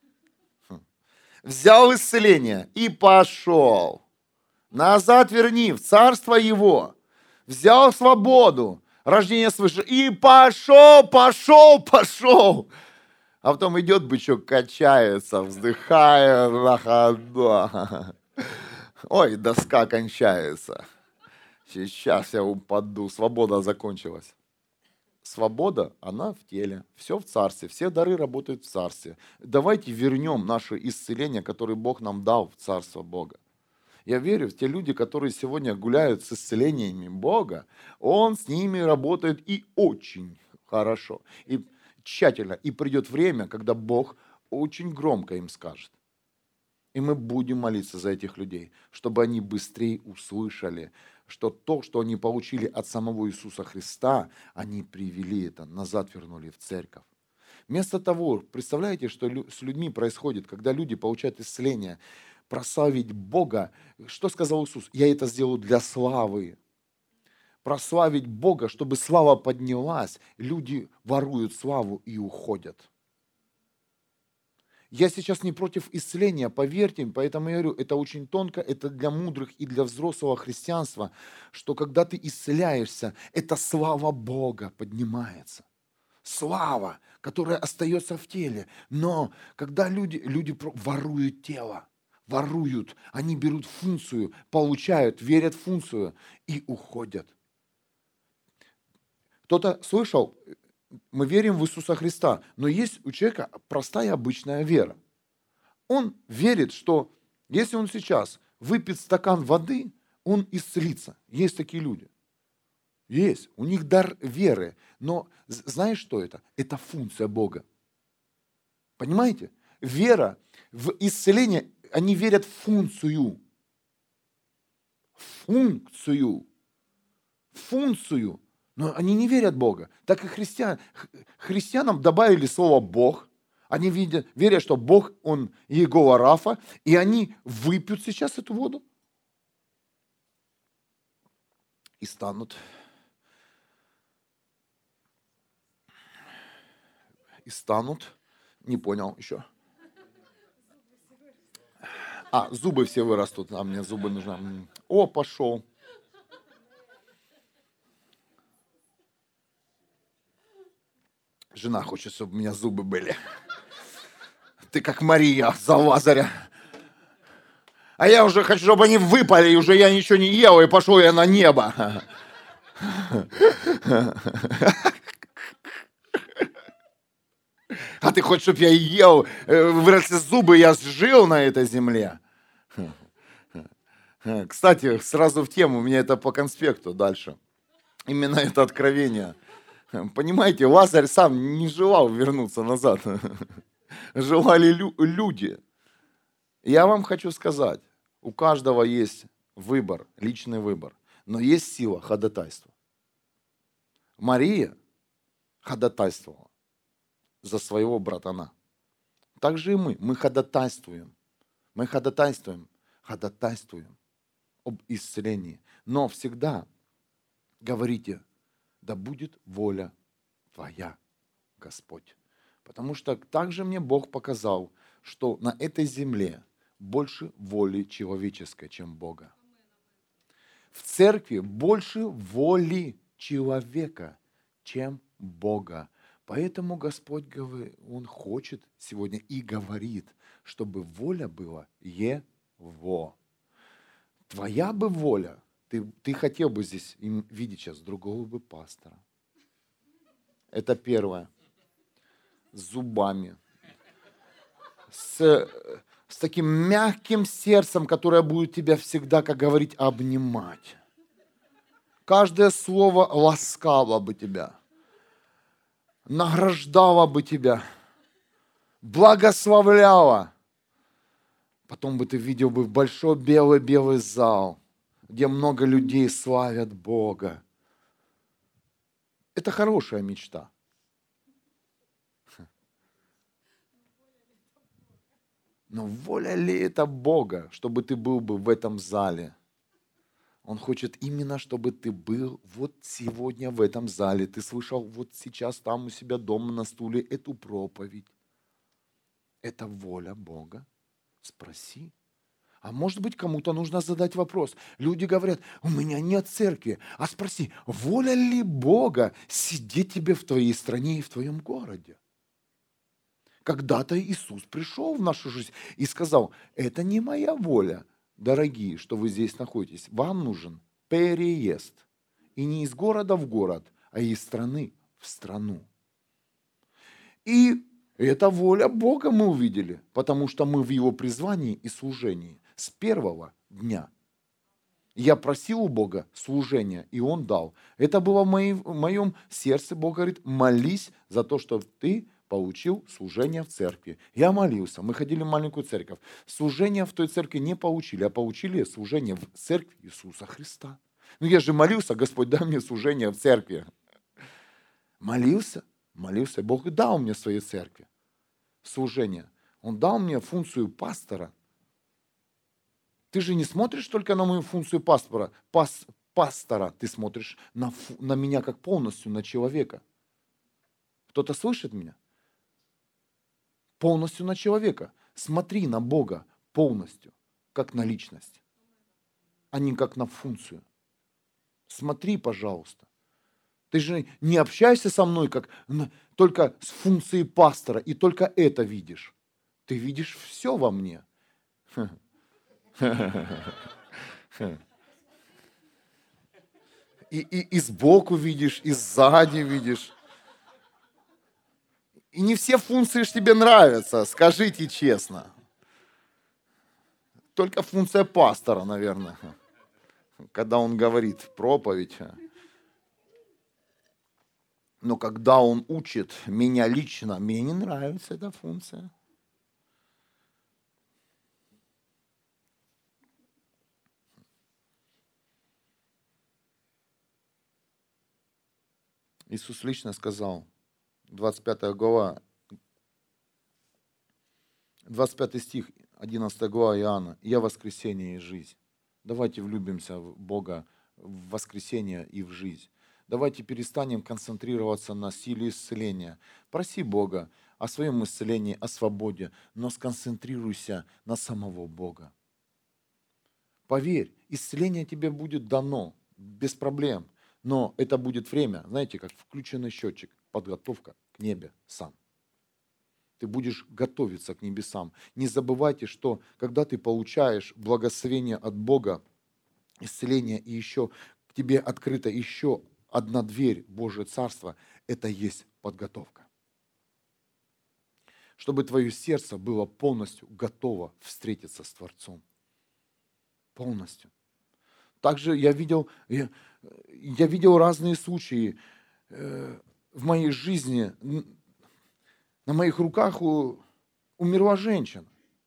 Взял исцеление и пошел. Назад верни в царство Его. Взял свободу, рождение свыше, и пошел, пошел, пошел. А потом идет бычок, качается, вздыхая на ходу. Ой, доска кончается. Сейчас я упаду, свобода закончилась. свобода, она в теле, все в царстве, все дары работают в царстве. Давайте вернем наше исцеление, которое Бог нам дал в царство Бога. Я верю в те люди, которые сегодня гуляют с исцелениями Бога, Он с ними работает и очень хорошо, и тщательно. И придет время, когда Бог очень громко им скажет. И мы будем молиться за этих людей, чтобы они быстрее услышали, что то, что они получили от самого Иисуса Христа, они привели это, назад вернули в церковь. Вместо того, представляете, что с людьми происходит, когда люди получают исцеление, прославить Бога. Что сказал Иисус? Я это сделаю для славы. Прославить Бога, чтобы слава поднялась. Люди воруют славу и уходят. Я сейчас не против исцеления, поверьте, поэтому я говорю, это очень тонко, это для мудрых и для взрослого христианства, что когда ты исцеляешься, эта слава Бога поднимается. Слава, которая остается в теле. Но когда люди, люди воруют тело, воруют, они берут функцию, получают, верят в функцию и уходят. Кто-то слышал, мы верим в Иисуса Христа, но есть у человека простая обычная вера. Он верит, что если он сейчас выпьет стакан воды, он исцелится. Есть такие люди. Есть. У них дар веры. Но знаешь, что это? Это функция Бога. Понимаете? Вера в исцеление, они верят в функцию. Функцию. Функцию. Но они не верят в Бога. Так и христиан, христианам добавили слово «Бог». Они видят, верят, что Бог, Он Иегова Рафа, и они выпьют сейчас эту воду и станут, и станут, не понял еще. А, зубы все вырастут, а мне зубы нужны. О, пошел. Жена хочет, чтобы у меня зубы были. Ты как Мария за Лазаря. А я уже хочу, чтобы они выпали, и уже я ничего не ел, и пошел я на небо. А ты хочешь, чтобы я ел, выросли зубы, я жил на этой земле? Кстати, сразу в тему, у меня это по конспекту дальше. Именно это откровение. Понимаете, Лазарь сам не желал вернуться назад. Желали лю- люди. Я вам хочу сказать, у каждого есть выбор, личный выбор, но есть сила ходатайства. Мария ходатайствовала за своего братана. Так же и мы. Мы ходатайствуем. Мы ходатайствуем, ходатайствуем об исцелении. Но всегда говорите, да будет воля Твоя, Господь. Потому что также мне Бог показал, что на этой земле больше воли человеческой, чем Бога. В церкви больше воли человека, чем Бога. Поэтому Господь говорит, Он хочет сегодня и говорит, чтобы воля была Его. Твоя бы воля, ты, ты хотел бы здесь видеть сейчас другого бы пастора. Это первое. С зубами. С, с таким мягким сердцем, которое будет тебя всегда, как говорить, обнимать. Каждое слово ласкало бы тебя. Награждало бы тебя. Благословляло. Потом бы ты видел бы большой белый-белый зал, где много людей славят Бога. Это хорошая мечта. Но воля ли это Бога, чтобы ты был бы в этом зале? Он хочет именно, чтобы ты был вот сегодня в этом зале. Ты слышал вот сейчас там у себя дома на стуле эту проповедь. Это воля Бога? Спроси. А может быть, кому-то нужно задать вопрос. Люди говорят, у меня нет церкви. А спроси, воля ли Бога сидеть тебе в твоей стране и в твоем городе? Когда-то Иисус пришел в нашу жизнь и сказал, это не моя воля, дорогие, что вы здесь находитесь. Вам нужен переезд. И не из города в город, а из страны в страну. И это воля Бога мы увидели, потому что мы в Его призвании и служении с первого дня. Я просил у Бога служения, и Он дал. Это было в, моей, в моем сердце. Бог говорит, молись за то, чтобы ты получил служение в церкви. Я молился. Мы ходили в маленькую церковь. Служение в той церкви не получили, а получили служение в церкви Иисуса Христа. Ну я же молился, Господь, дай мне служение в церкви. Молился, молился. Бог дал мне в своей церкви служение. Он дал мне функцию пастора. Ты же не смотришь только на мою функцию пастора, пас, пастора. Ты смотришь на, на меня как полностью, на человека. Кто-то слышит меня? Полностью на человека. Смотри на Бога полностью, как на личность, а не как на функцию. Смотри, пожалуйста. Ты же не общаешься со мной как только с функцией пастора, и только это видишь. Ты видишь все во мне. И, и, и сбоку видишь, и сзади видишь. И не все функции ж тебе нравятся, скажите честно. Только функция пастора, наверное, когда он говорит проповедь. Но когда он учит меня лично, мне не нравится эта функция. Иисус лично сказал, двадцать пятая глава, двадцать пятый стих, одиннадцатая глава Иоанна, «Я воскресение и жизнь». Давайте влюбимся в Бога в воскресение и в жизнь. Давайте перестанем концентрироваться на силе исцеления. Проси Бога о своем исцелении, о свободе, но сконцентрируйся на самого Бога. Поверь, исцеление тебе будет дано без проблем. Но это будет время, знаете, как включенный счетчик, подготовка к небесам. Ты будешь готовиться к небесам. Не забывайте, что когда ты получаешь благословение от Бога, исцеление, и еще к тебе открыта еще одна дверь, Божье Царство, это есть подготовка. Чтобы твое сердце было полностью готово встретиться с Творцом. Полностью. Также я видел, я, я видел разные случаи э, в моей жизни. На моих руках у, умерла женщина.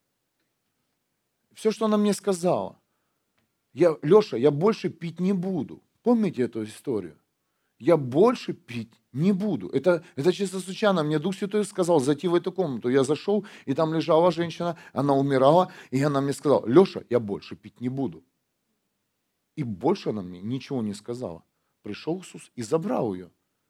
Все, что она мне сказала. Я, Леша, я больше пить не буду. Помните эту историю? Я больше пить не буду. Это, это чисто случайно. Мне Дух Святой сказал зайти в эту комнату. Я зашел, и там лежала женщина, она умирала, и она мне сказала, Леша, я больше пить не буду. И больше она мне ничего не сказала. Пришел Иисус и забрал ее.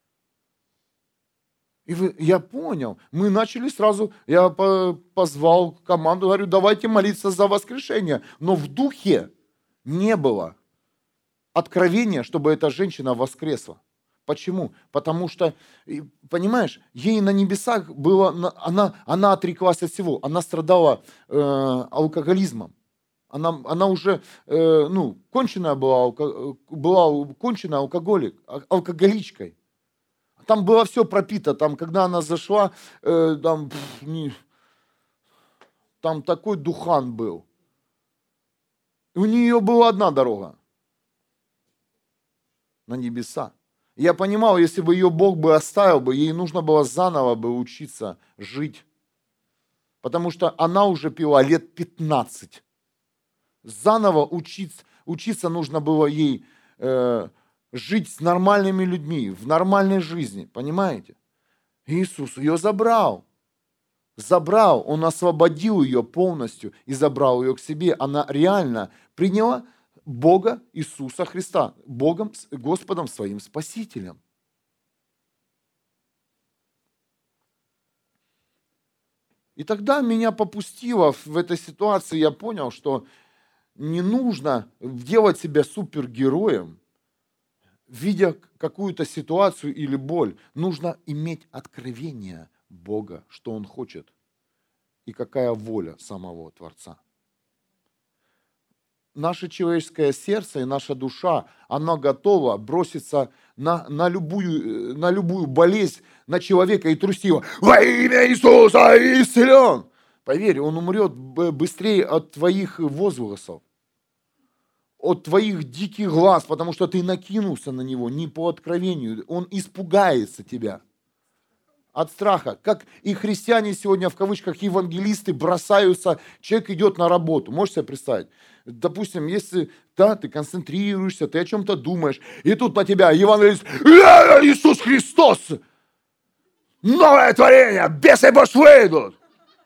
И вы, я понял, мы начали сразу, я позвал команду, говорю, давайте молиться за воскрешение. Но в духе не было откровения, чтобы эта женщина воскресла. Почему? Потому что, понимаешь, ей на небесах было, она, она отреклась от всего, она страдала э, алкоголизмом. Она, она уже, э, ну, конченая была, была конченая алкоголик, алкоголичкой. Там было все пропито, там, когда она зашла, э, там, пф, не, там такой духан был. И у нее была одна дорога. На небеса. И я понимал, если бы ее Бог бы оставил бы, ей нужно было заново бы учиться жить. Потому что она уже пила лет пятнадцать. Заново учиться, учиться нужно было ей э, жить с нормальными людьми, в нормальной жизни, понимаете? Иисус ее забрал. Забрал, Он освободил ее полностью и забрал ее к себе. Она реально приняла Бога Иисуса Христа, Богом, Господом своим Спасителем. И тогда меня попустило в этой ситуации, я понял, что не нужно делать себя супергероем, видя какую-то ситуацию или боль. Нужно иметь откровение Бога, что Он хочет и какая воля самого Творца. наше человеческое сердце и наша душа, она готова броситься на, на, любую, на любую болезнь, на человека и трусить его. Во имя Иисуса исцелен! Поверь, он умрет быстрее от твоих возгласов, от твоих диких глаз, потому что ты накинулся на него не по откровению. Он испугается тебя от страха. Как и христиане сегодня, в кавычках, евангелисты бросаются, человек идет на работу. Можешь себе представить? Допустим, если да, ты концентрируешься, ты о чем-то думаешь, и тут на тебя евангелист, Иисус Христос, новое творение, бесы Божьи выйдут.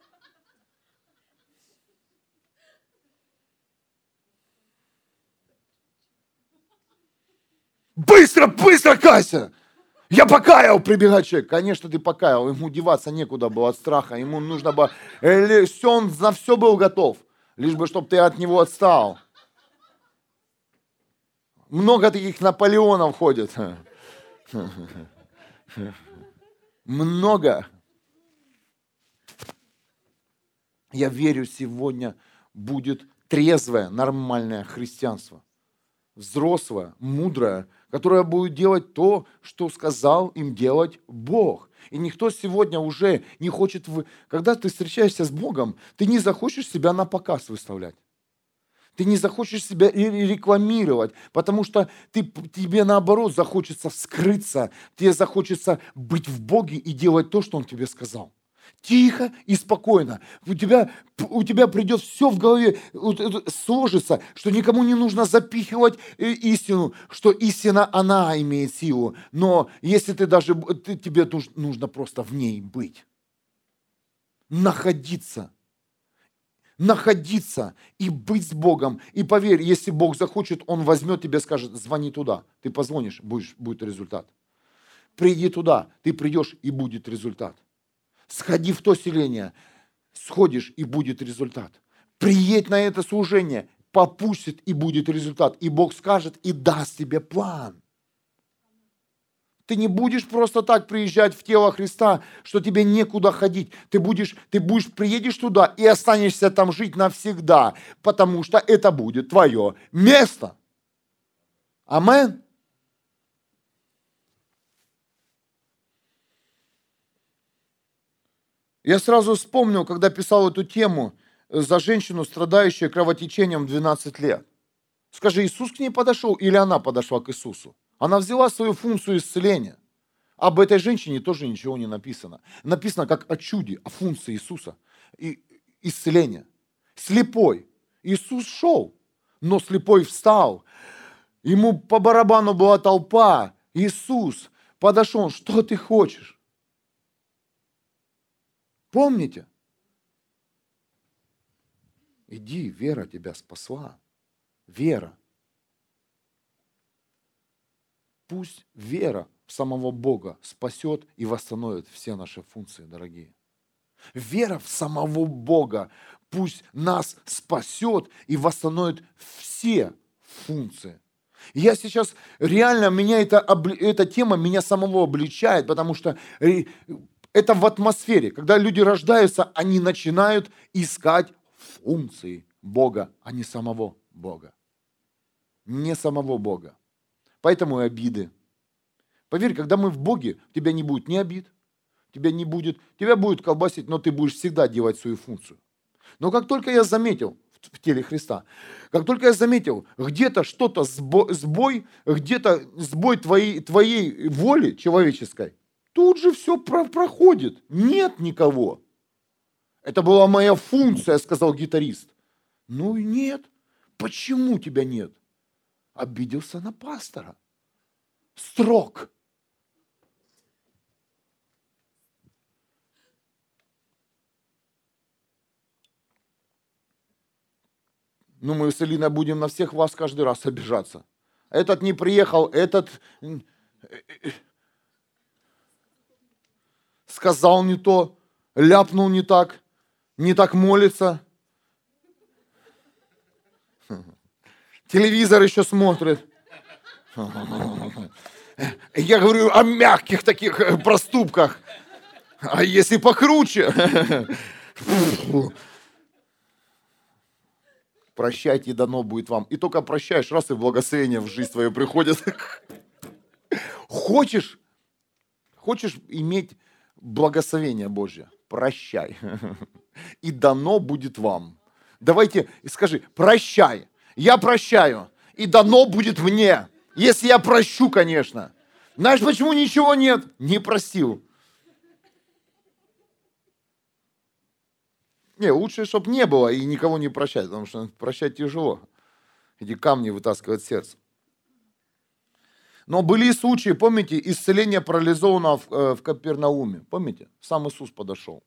Быстро, быстро, Кася! Я покаял, прибегает человек. Конечно, ты покаял. Ему деваться некуда было от страха. Ему нужно было... Он на все был готов. Лишь бы, чтобы ты от него отстал. Много таких Наполеонов ходит. Много. Я верю, сегодня будет трезвое, нормальное христианство. Взрослое, мудрое, которое будет делать то, что сказал им делать Бог. И никто сегодня уже не хочет... Вы... Когда ты встречаешься с Богом, ты не захочешь себя на показ выставлять. Ты не захочешь себя рекламировать, потому что ты, тебе наоборот захочется вскрыться, тебе захочется быть в Боге и делать то, что Он тебе сказал. Тихо и спокойно. У тебя, у тебя придет все в голове, сложится, что никому не нужно запихивать истину, что истина, она имеет силу. Но если ты даже, ты, тебе нужно просто в ней быть. Находиться. Находиться и быть с Богом. И поверь, если Бог захочет, Он возьмет тебя и скажет, звони туда. Ты позвонишь, будешь, будет результат. Приди туда, ты придешь и будет результат. Сходи в то селение, сходишь и будет результат. Приедь на это служение, попустит и будет результат. И Бог скажет и даст тебе план. Ты не будешь просто так приезжать в тело Христа, что тебе некуда ходить. Ты будешь, ты будешь, приедешь туда и останешься там жить навсегда, потому что это будет твое место. Амин. Я сразу вспомнил, когда писал эту тему за женщину, страдающую кровотечением двенадцать лет. Скажи, Иисус к ней подошел или она подошла к Иисусу? Она взяла свою функцию исцеления. Об этой женщине тоже ничего не написано. Написано как о чуде, о функции Иисуса. И исцеления. Слепой. Иисус шел, но слепой встал. Ему по барабану была толпа. Иисус подошел. Что ты хочешь? Помните? Иди, вера тебя спасла. Вера. Пусть вера в самого Бога спасет и восстановит все наши функции, дорогие. Вера в самого Бога пусть нас спасет и восстановит все функции. Я сейчас, реально, меня эта, эта тема меня самого обличает, потому что это в атмосфере. Когда люди рождаются, они начинают искать функции Бога, а не самого Бога. Не самого Бога. Поэтому и обиды. Поверь, когда мы в Боге, у тебя не будет ни обид, тебя не будет, тебя будет колбасить, но ты будешь всегда делать свою функцию. Но как только я заметил в теле Христа, как только я заметил, где-то что-то сбой, где-то сбой твоей, твоей воли человеческой, тут же все проходит. Нет никого. Это была моя функция, сказал гитарист. Ну и нет. Почему тебя нет? Обиделся на пастора. Строг. Ну, мы с Элиной будем на всех вас каждый раз обижаться. Этот не приехал, этот сказал не то, ляпнул не так, не так молится. Телевизор еще смотрит. Я говорю о мягких таких проступках. А если покруче? Прощайте, и дано будет вам. И только прощаешь, раз, и благословение в жизнь твою приходит. Хочешь, хочешь иметь благословение Божье? Прощай. И дано будет вам. Давайте, скажи, прощай. Я прощаю. И дано будет мне. Если я прощу, конечно. Знаешь, почему ничего нет? Не простил. Не, лучше, чтобы не было и никого не прощать, потому что прощать тяжело. Эти камни вытаскивают сердце. Но были и случаи, помните, исцеление парализованного в, э, в Капернауме. Помните? Сам Иисус подошел.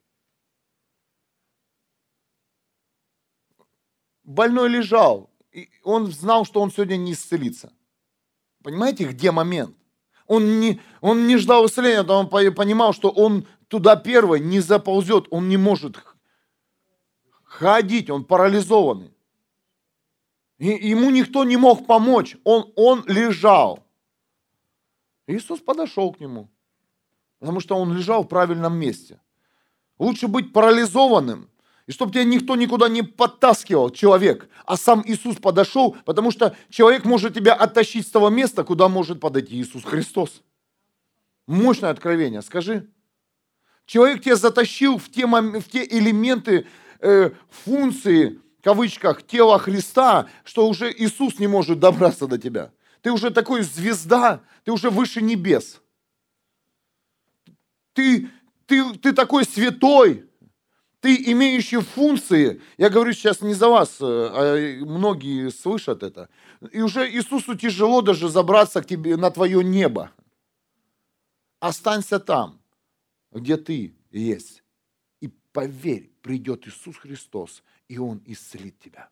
Больной лежал. И он знал, что он сегодня не исцелится. Понимаете, где момент? Он не, он не ждал исцеления, но он понимал, что он туда первый не заползет, он не может ходить, он парализованный. И ему никто не мог помочь, он, он лежал. Иисус подошел к нему, потому что он лежал в правильном месте. Лучше быть парализованным, и чтобы тебя никто никуда не подтаскивал, человек, а сам Иисус подошел, потому что человек может тебя оттащить с того места, куда может подойти Иисус Христос. Мощное откровение, скажи. Человек тебя затащил в те, в те элементы, э, функции, в кавычках, тела Христа, что уже Иисус не может добраться до тебя. Ты уже такой звезда, ты уже выше небес. Ты, ты, ты такой святой, ты имеющий функции. Я говорю сейчас не за вас, а многие слышат это. И уже Иисусу тяжело даже забраться к тебе на твое небо. Останься там, где ты есть. И поверь, придет Иисус Христос, и Он исцелит тебя.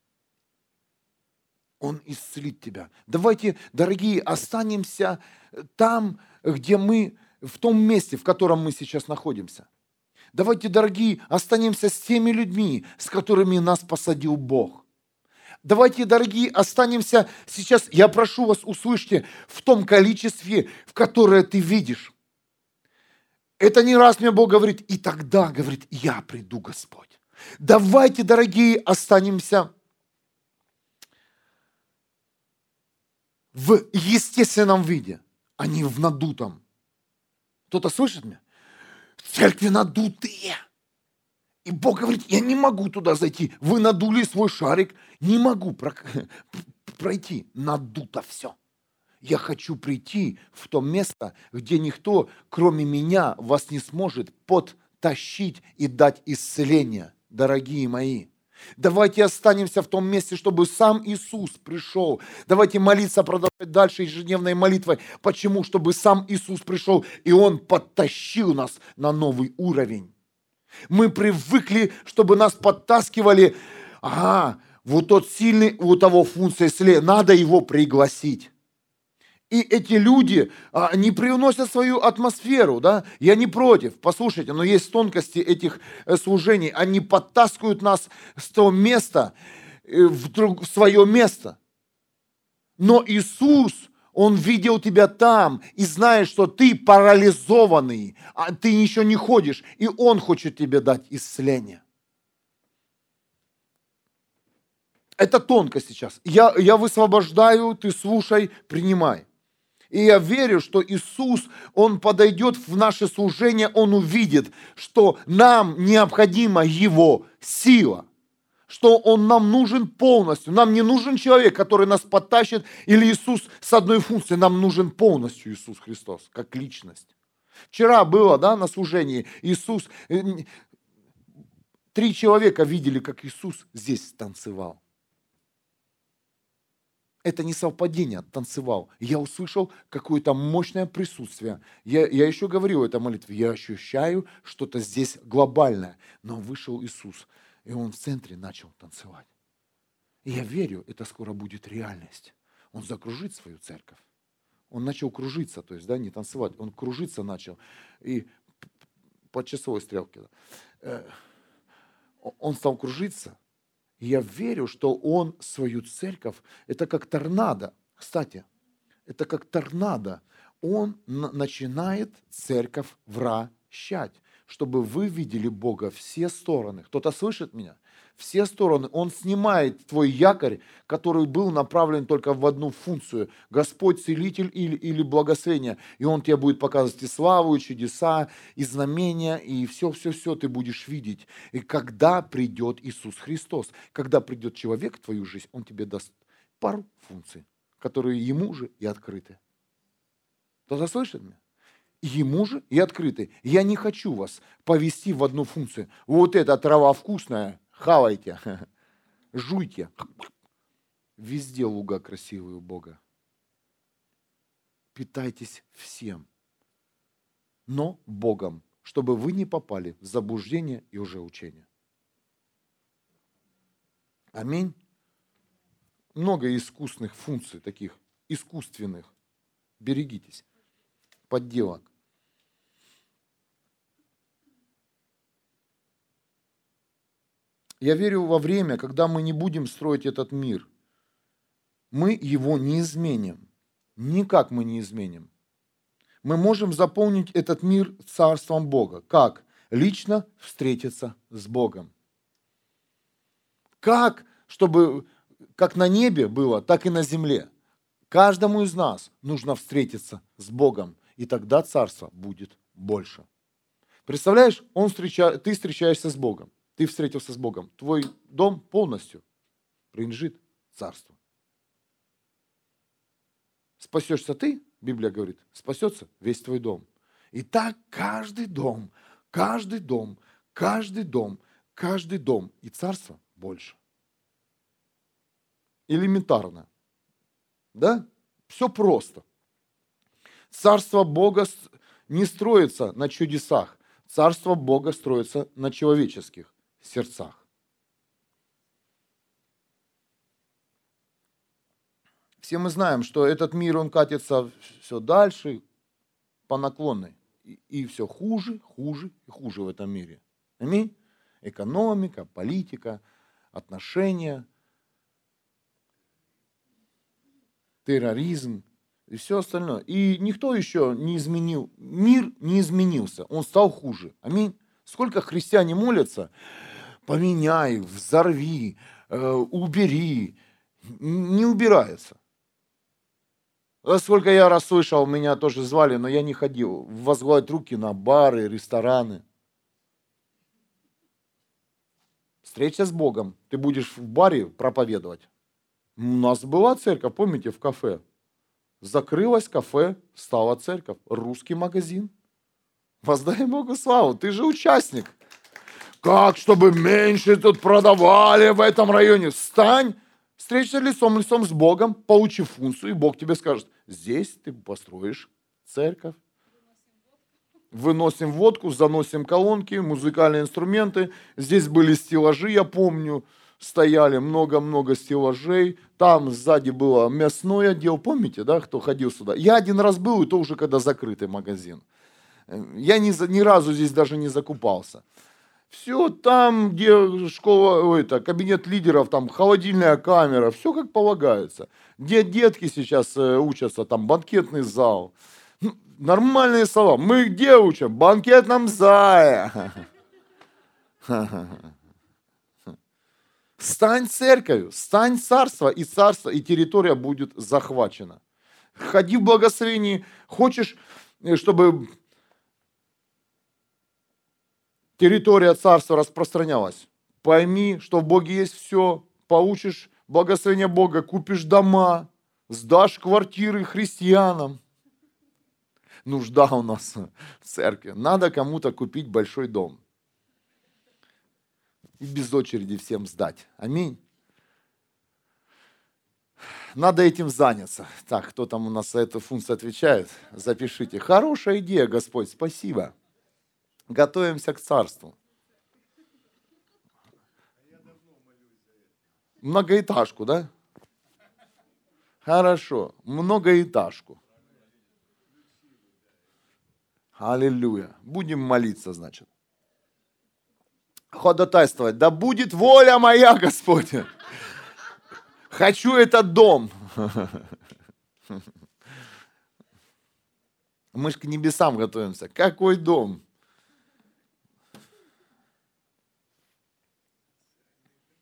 Он исцелит тебя. Давайте, дорогие, останемся там, где мы, в том месте, в котором мы сейчас находимся. Давайте, дорогие, останемся с теми людьми, с которыми нас посадил Бог. Давайте, дорогие, останемся сейчас, я прошу вас, услышьте, в том количестве, в которое ты видишь. Это не раз мне Бог говорит, и тогда, говорит, я приду, Господь. Давайте, дорогие, останемся в естественном виде, а не в надутом. Кто-то слышит меня? Церкви надутые. И Бог говорит, я не могу туда зайти. Вы надули свой шарик, не могу пройти. Надуто все. Я хочу прийти в то место, где никто, кроме меня, вас не сможет подтащить и дать исцеление, дорогие мои. Давайте останемся в том месте, чтобы сам Иисус пришел. Давайте молиться, продолжать дальше ежедневной молитвой. Почему? Чтобы сам Иисус пришел, и Он подтащил нас на новый уровень. Мы привыкли, чтобы нас подтаскивали. Ага, вот тот сильный, у того функция исцеления, надо его пригласить. И эти люди, они привносят свою атмосферу, да, я не против, послушайте, но есть тонкости этих служений, они подтаскивают нас с того места в, друг, в свое место. Но Иисус, Он видел тебя там и знает, что ты парализованный, а ты еще не ходишь, и Он хочет тебе дать исцеление. Это тонко сейчас. Я, я высвобождаю, ты слушай, принимай. И я верю, что Иисус, Он подойдет в наше служение, Он увидит, что нам необходима Его сила, что Он нам нужен полностью. Нам не нужен человек, который нас подтащит, или Иисус с одной функцией, нам нужен полностью Иисус Христос, как личность. Вчера было, да, на служении Иисус, три человека видели, как Иисус здесь танцевал. Это не совпадение, танцевал. Я услышал какое-то мощное присутствие. Я, я еще говорил это в молитве. Я ощущаю что-то здесь глобальное. Но вышел Иисус, и Он в центре начал танцевать. И я верю, это скоро будет реальность. Он закружит свою церковь. Он начал кружиться, то есть, да, не танцевать. Он кружиться начал. И по часовой стрелке. Да. Он стал кружиться. И я верю, что Он свою церковь, это как торнадо. Кстати, это как торнадо. Он на- начинает церковь вращать, чтобы вы видели Бога все стороны. Кто-то слышит меня? все стороны. Он снимает твой якорь, который был направлен только в одну функцию. Господь, целитель или, или благословение. И Он тебе будет показывать и славу, и чудеса, и знамения, и все-все-все ты будешь видеть. И когда придет Иисус Христос, когда придет человек в твою жизнь, Он тебе даст пару функций, которые Ему же и открыты. Кто-то слышит меня? Ему же и открыты. Я не хочу вас повести в одну функцию. Вот эта трава вкусная, хавайте, жуйте. Везде луга красивые у Бога. Питайтесь всем, но Богом, чтобы вы не попали в заблуждение и лжеучение. Аминь. Много искусственных функций, таких искусственных. Берегитесь. Подделок. Я верю во время, когда мы не будем строить этот мир. Мы его не изменим. Никак мы не изменим. Мы можем заполнить этот мир царством Бога. Как? Лично встретиться с Богом. Как? Чтобы как на небе было, так и на земле. Каждому из нас нужно встретиться с Богом. И тогда царство будет больше. Представляешь, он встреча... ты встречаешься с Богом. Ты встретился с Богом. Твой дом полностью принадлежит царству. Спасешься ты, Библия говорит, спасется весь твой дом. И так каждый дом, каждый дом, каждый дом, каждый дом. И царство больше. Элементарно. Да? Все просто. Царство Бога не строится на чудесах. Царство Бога строится на человеческих сердцах. Все мы знаем, что этот мир, он катится все дальше по наклонной. И, и все хуже, хуже и хуже в этом мире. Аминь. Экономика, политика, отношения, терроризм и все остальное. И никто еще не изменил, мир не изменился, он стал хуже. Аминь. Сколько христиане молятся, поменяй, взорви, э, убери, не убирается. Сколько я раз слышал, меня тоже звали, но я не ходил, возлагать руки на бары, рестораны. Встреча с Богом, ты будешь в баре проповедовать. У нас была церковь, помните, в кафе. Закрылось кафе, стала церковь, русский магазин. Воздай Богу славу, ты же участник. Как, чтобы меньше тут продавали в этом районе? Встань, встречайся лицом лицом с Богом, получи функцию, и Бог тебе скажет, здесь ты построишь церковь. Выносим водку, заносим колонки, музыкальные инструменты. Здесь были стеллажи, я помню, стояли много-много стеллажей. Там сзади было мясной отдел, помните, да, кто ходил сюда? Я один раз был, и то уже когда закрытый магазин. Я ни, ни разу здесь даже не закупался. Все там, где школа, ой, это, кабинет лидеров, там холодильная камера, все как полагается. Где детки сейчас э, учатся, там банкетный зал. Нормальные слова. Мы где учим? В банкетном зале. Стань церковью, стань царство, и царство, и территория будет захвачена. Ходи в благословении. Хочешь, чтобы территория царства распространялась? Пойми, что в Боге есть все. Получишь благословение Бога, купишь дома, сдашь квартиры христианам. Нужда у нас в церкви. Надо кому-то купить большой дом. И без очереди всем сдать. Аминь. Надо этим заняться. Так, кто там у нас за эту функцию отвечает? Запишите. Хорошая идея, Господь, спасибо. Готовимся к царству. Многоэтажку, да? Хорошо. Многоэтажку. Аллилуйя. Будем молиться, значит. Ходатайствовать. Да будет воля моя, Господь. Хочу этот дом. Мы же к небесам готовимся. Какой дом?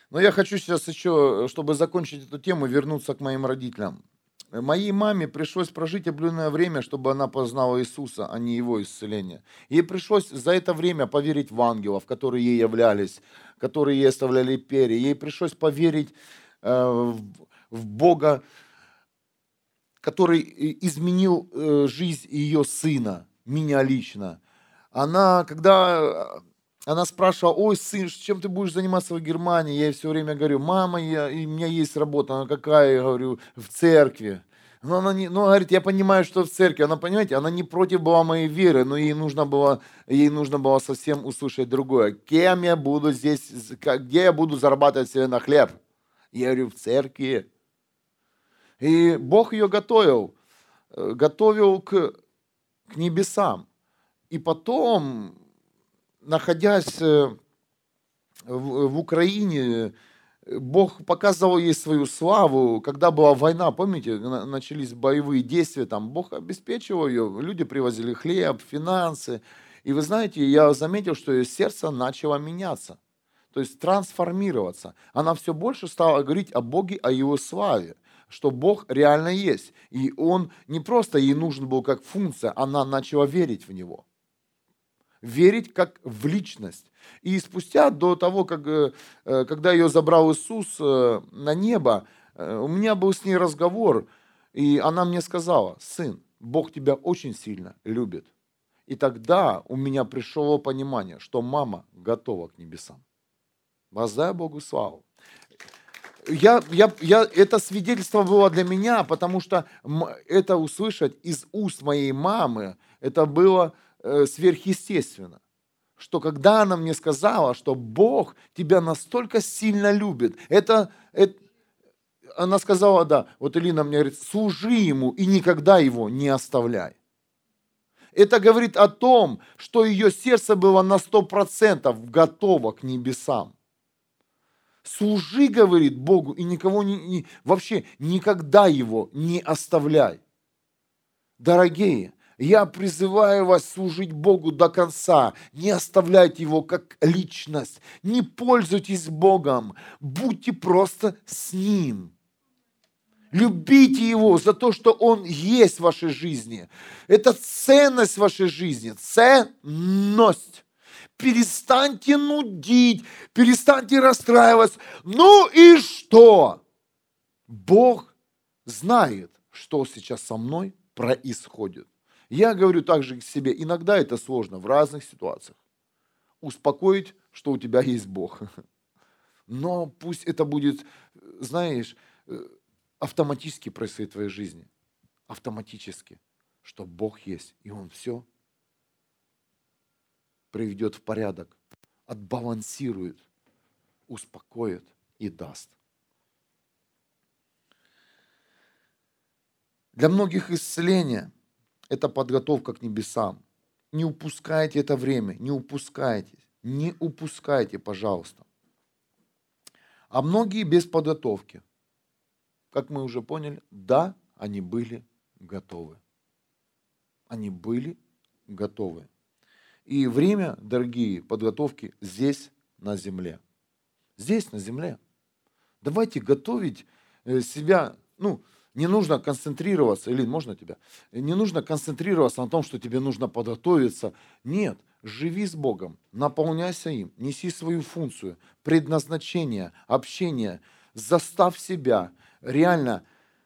Но я хочу сейчас еще, чтобы закончить эту тему, вернуться к моим родителям. Моей маме пришлось прожить определенное время, чтобы она познала Иисуса, а не Его исцеление. Ей пришлось за это время поверить в ангелов, которые ей являлись, которые ей оставляли перья. Ей пришлось поверить э, в, в Бога, который изменил э, жизнь ее сына, меня лично. Она, когда она спрашивала: ой, сын, чем ты будешь заниматься в Германии? Я ей все время говорю: мама, я, и у меня есть работа. Она: какая? Я говорю: в церкви. Но она не, ну, говорит, я понимаю, что в церкви. Она, понимаете, она не против была моей веры, но ей нужно было, ей нужно было совсем услышать другое. Кем я буду здесь, где я буду зарабатывать себе на хлеб? Я говорю: в церкви. И Бог ее готовил, готовил к, к небесам. И потом, находясь в, в Украине, Бог показывал ей свою славу. Когда была война, помните, начались боевые действия, там Бог обеспечивал ее, люди привозили хлеб, финансы. И вы знаете, я заметил, что ее сердце начало меняться, то есть трансформироваться. Она все больше стала говорить о Боге, о Его славе, что Бог реально есть. И Он не просто ей нужен был как функция, она начала верить в Него. Верить как в личность. И спустя до того, как, когда ее забрал Иисус на небо, у меня был с ней разговор, и она мне сказала: сын, Бог тебя очень сильно любит. И тогда у меня пришло понимание, что мама готова к небесам. Воздай Богу славу. Я, я, я, это свидетельство было для меня, потому что это услышать из уст моей мамы, это было э, сверхъестественно. Что когда она мне сказала, что Бог тебя настолько сильно любит, это, это она сказала, да, вот Элина мне говорит: служи Ему и никогда Его не оставляй. Это говорит о том, что ее сердце было на сто процентов готово к небесам. Служи, говорит, Богу, и никого не, не, вообще никогда Его не оставляй. Дорогие, я призываю вас служить Богу до конца. Не оставляйте Его как личность. Не пользуйтесь Богом. Будьте просто с Ним. Любите Его за то, что Он есть в вашей жизни. Это ценность в вашей жизни. Ценность. Перестаньте нудить, перестаньте расстраиваться. Ну и что? Бог знает, что сейчас со мной происходит. Я говорю также к себе, иногда это сложно в разных ситуациях. Успокоить, что у тебя есть Бог. Но пусть это будет, знаешь, автоматически происходит в твоей жизни. Автоматически, что Бог есть, и Он все приведет в порядок, отбалансирует, успокоит и даст. Для многих исцеление – это подготовка к небесам. Не упускайте это время, не упускайте, не упускайте, пожалуйста. А многие без подготовки, как мы уже поняли, да, они были готовы. Они были готовы. И время, дорогие, подготовки здесь, на земле. Здесь, на земле. Давайте готовить себя, ну, не нужно концентрироваться, или можно тебя? Не нужно концентрироваться на том, что тебе нужно подготовиться. Нет, живи с Богом, наполняйся им, неси свою функцию, предназначение, общение, заставь себя реально...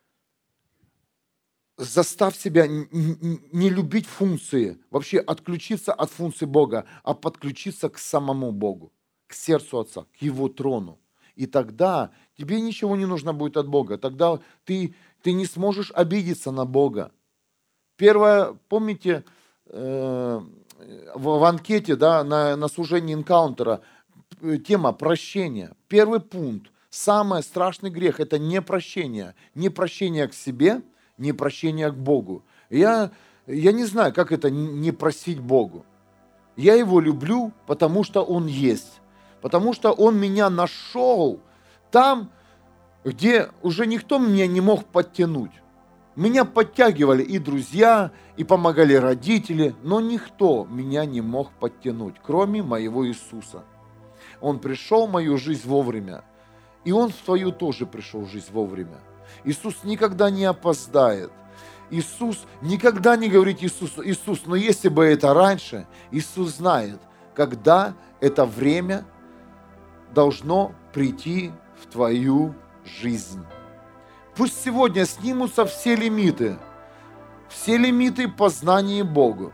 Заставь себя не любить функции, вообще отключиться от функций Бога, а подключиться к самому Богу, к сердцу Отца, к Его трону. И тогда тебе ничего не нужно будет от Бога, тогда ты, ты не сможешь обидеться на Бога. Первое, помните, э, в, в анкете, да, на, на служении энкаунтера, тема прощения. Первый пункт, самый страшный грех – это непрощение. Непрощение к себе – непрощение к Богу. Я, я не знаю, как это не просить Богу. Я Его люблю, потому что Он есть. Потому что Он меня нашел там, где уже никто меня не мог подтянуть. Меня подтягивали и друзья, и помогали родители, но никто меня не мог подтянуть, кроме моего Иисуса. Он пришел в мою жизнь вовремя. И Он в твою тоже пришел жизнь вовремя. Иисус никогда не опоздает. Иисус никогда не говорит Иисусу: Иисус, но если бы это раньше, Иисус знает, когда это время должно прийти в твою жизнь. Пусть сегодня снимутся все лимиты, все лимиты познания Бога.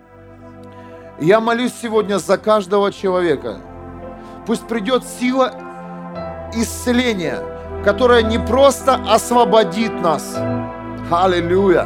Я молюсь сегодня за каждого человека. Пусть придет сила исцеления, которая не просто освободит нас. Аллилуйя!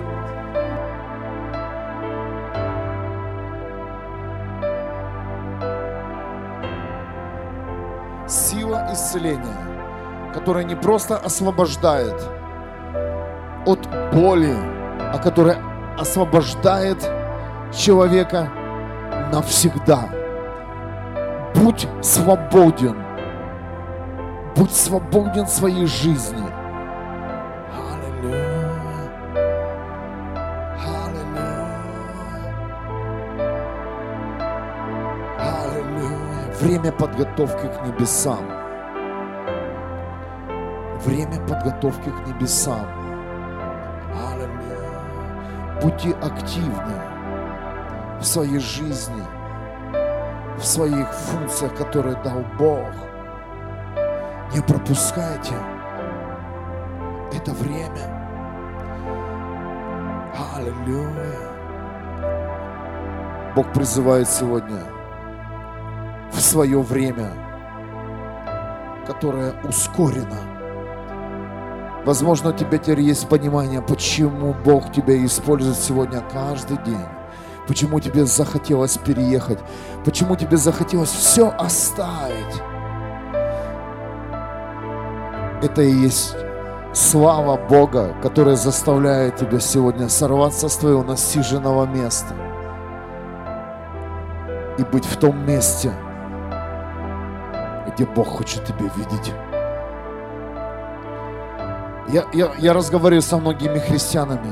Сила исцеления, которая не просто освобождает от боли, а которая освобождает человека навсегда. Будь свободен. Будь свободен в своей жизни. Аллилуйя. Аллилуйя. Аллилуйя. Время подготовки к небесам. Время подготовки к небесам. Аллилуйя. Будьте активны в своей жизни, в своих функциях, которые дал Бог. Не пропускайте это время. Аллилуйя. Бог призывает сегодня в свое время, которое ускорено. Возможно, у тебя теперь есть понимание, почему Бог тебя использует сегодня каждый день. Почему тебе захотелось переехать? Почему тебе захотелось все оставить? Это и есть слава Бога, которая заставляет тебя сегодня сорваться с твоего насиженного места и быть в том месте, где Бог хочет тебя видеть. Я, я, я разговариваю со многими христианами.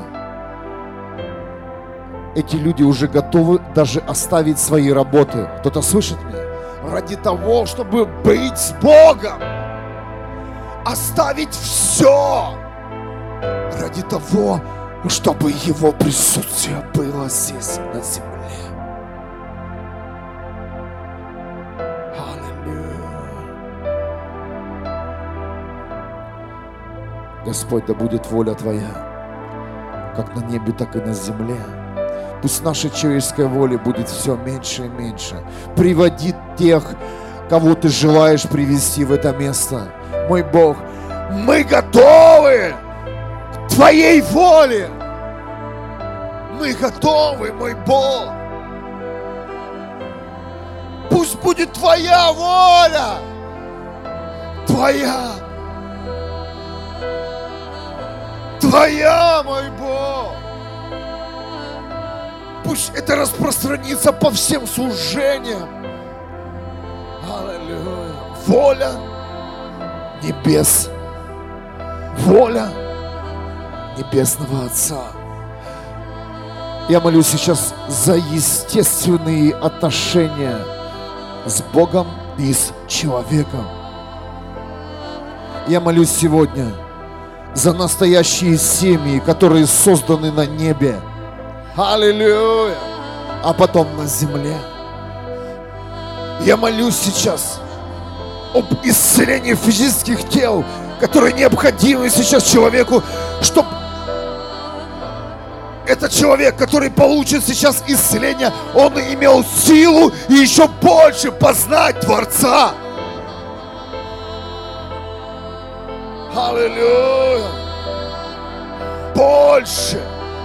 Эти люди уже готовы даже оставить свои работы. Кто-то слышит меня? Ради того, чтобы быть с Богом. Оставить все. Ради того, чтобы Его присутствие было здесь, на земле. Аллилуйя. Господь, да будет воля Твоя, как на небе, так и на земле. Пусть нашей человеческой воли будет все меньше и меньше. Приводи тех, кого Ты желаешь привести в это место. Мой Бог, мы готовы к Твоей воле. Мы готовы, мой Бог. Пусть будет Твоя воля. Твоя. Твоя, мой Бог. Пусть это распространится по всем служениям. Аллилуйя. Воля небес. Воля Небесного Отца. Я молюсь сейчас за естественные отношения с Богом и с человеком. Я молюсь сегодня за настоящие семьи, которые созданы на небе. Аллилуйя! А потом на земле. Я молюсь сейчас об исцелении физических тел, которые необходимы сейчас человеку, чтобы этот человек, который получит сейчас исцеление, он имел силу и еще больше познать Творца. Аллилуйя! Больше.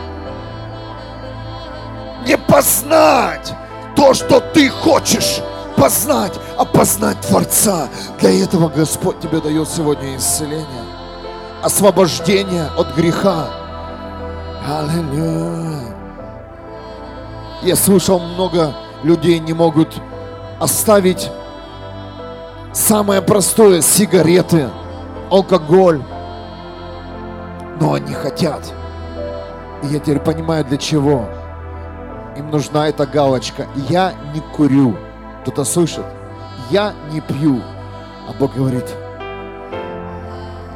Не познать то, что ты хочешь познать, а познать Творца. Для этого Господь тебе дает сегодня исцеление, освобождение от греха. Аллилуйя. Я слышал, много людей не могут оставить самое простое — сигареты, алкоголь, но они хотят. И я теперь понимаю, для чего. Им нужна эта галочка: я не курю. Кто-то слышит? Я не пью. А Бог говорит: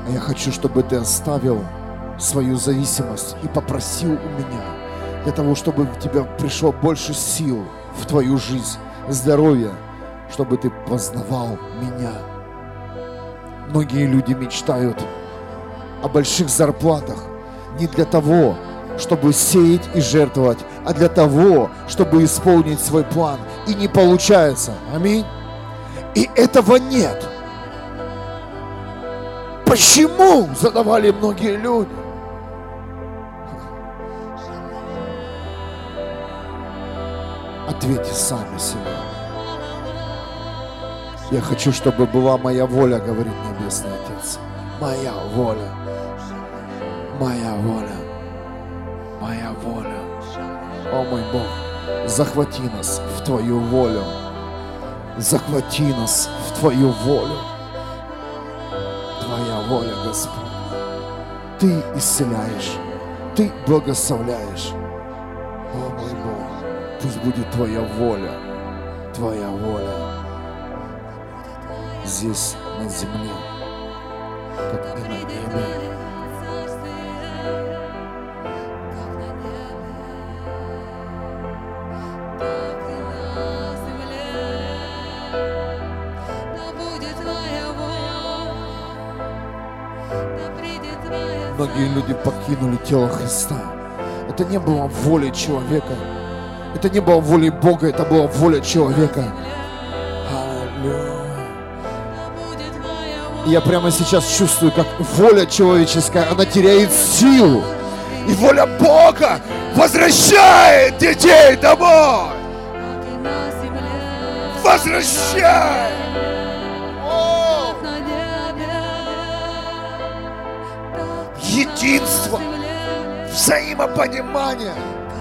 А я хочу, чтобы ты оставил свою зависимость и попросил у меня, для того, чтобы в тебя пришло больше сил в твою жизнь, здоровья, чтобы ты познавал меня. Многие люди мечтают о больших зарплатах не для того, чтобы сеять и жертвовать, а для того, чтобы исполнить свой план. И не получается. Аминь. И этого нет. Почему? Задавали многие люди. Ответьте сами себе. Я хочу, чтобы была моя воля, говорит Небесный Отец. Моя воля. Моя воля. Моя воля. О мой Бог, захвати нас в Твою волю. Захвати нас в Твою волю. Твоя воля, Господь. Ты исцеляешь. Ты благословляешь. О мой Бог, пусть будет Твоя воля. Твоя воля. Здесь, на земле, как и на небе. Многие люди покинули тело Христа. Это не было волей человека. Это не было волей Бога, это была воля человека. Аллилуйя. Я прямо сейчас чувствую, как воля человеческая, она теряет силу. И воля Бога возвращает детей домой. Возвращает. О! Единство, взаимопонимание.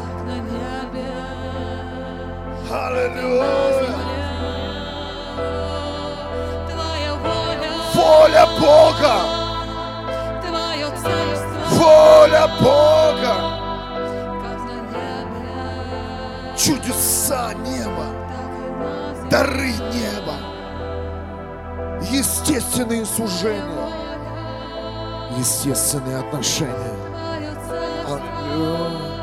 Аллилуйя. Воля Бога! Воля Бога! Чудеса неба, дары неба, естественные служения, естественные отношения. Аллилуйя.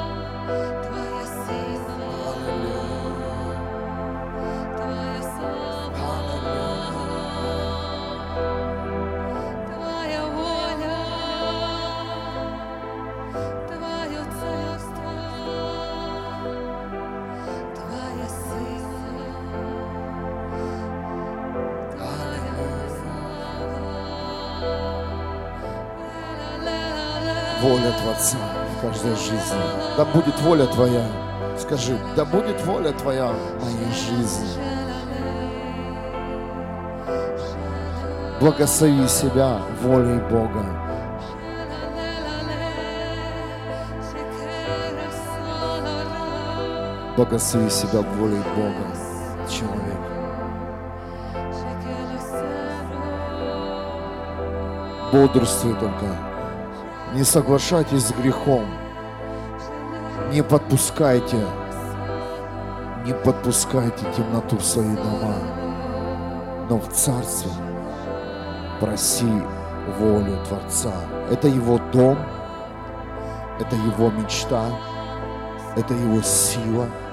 Воля Творца в каждой жизни. Да будет воля Твоя. Скажи, да будет воля Твоя в моей жизни. Благослови себя волей Бога. Благослови себя волей Бога, человек. Бодрствуй только. Не соглашайтесь с грехом. Не подпускайте, не подпускайте темноту в свои дома. Но в Царстве проси волю Творца. Это Его дом, это Его мечта, это Его сила.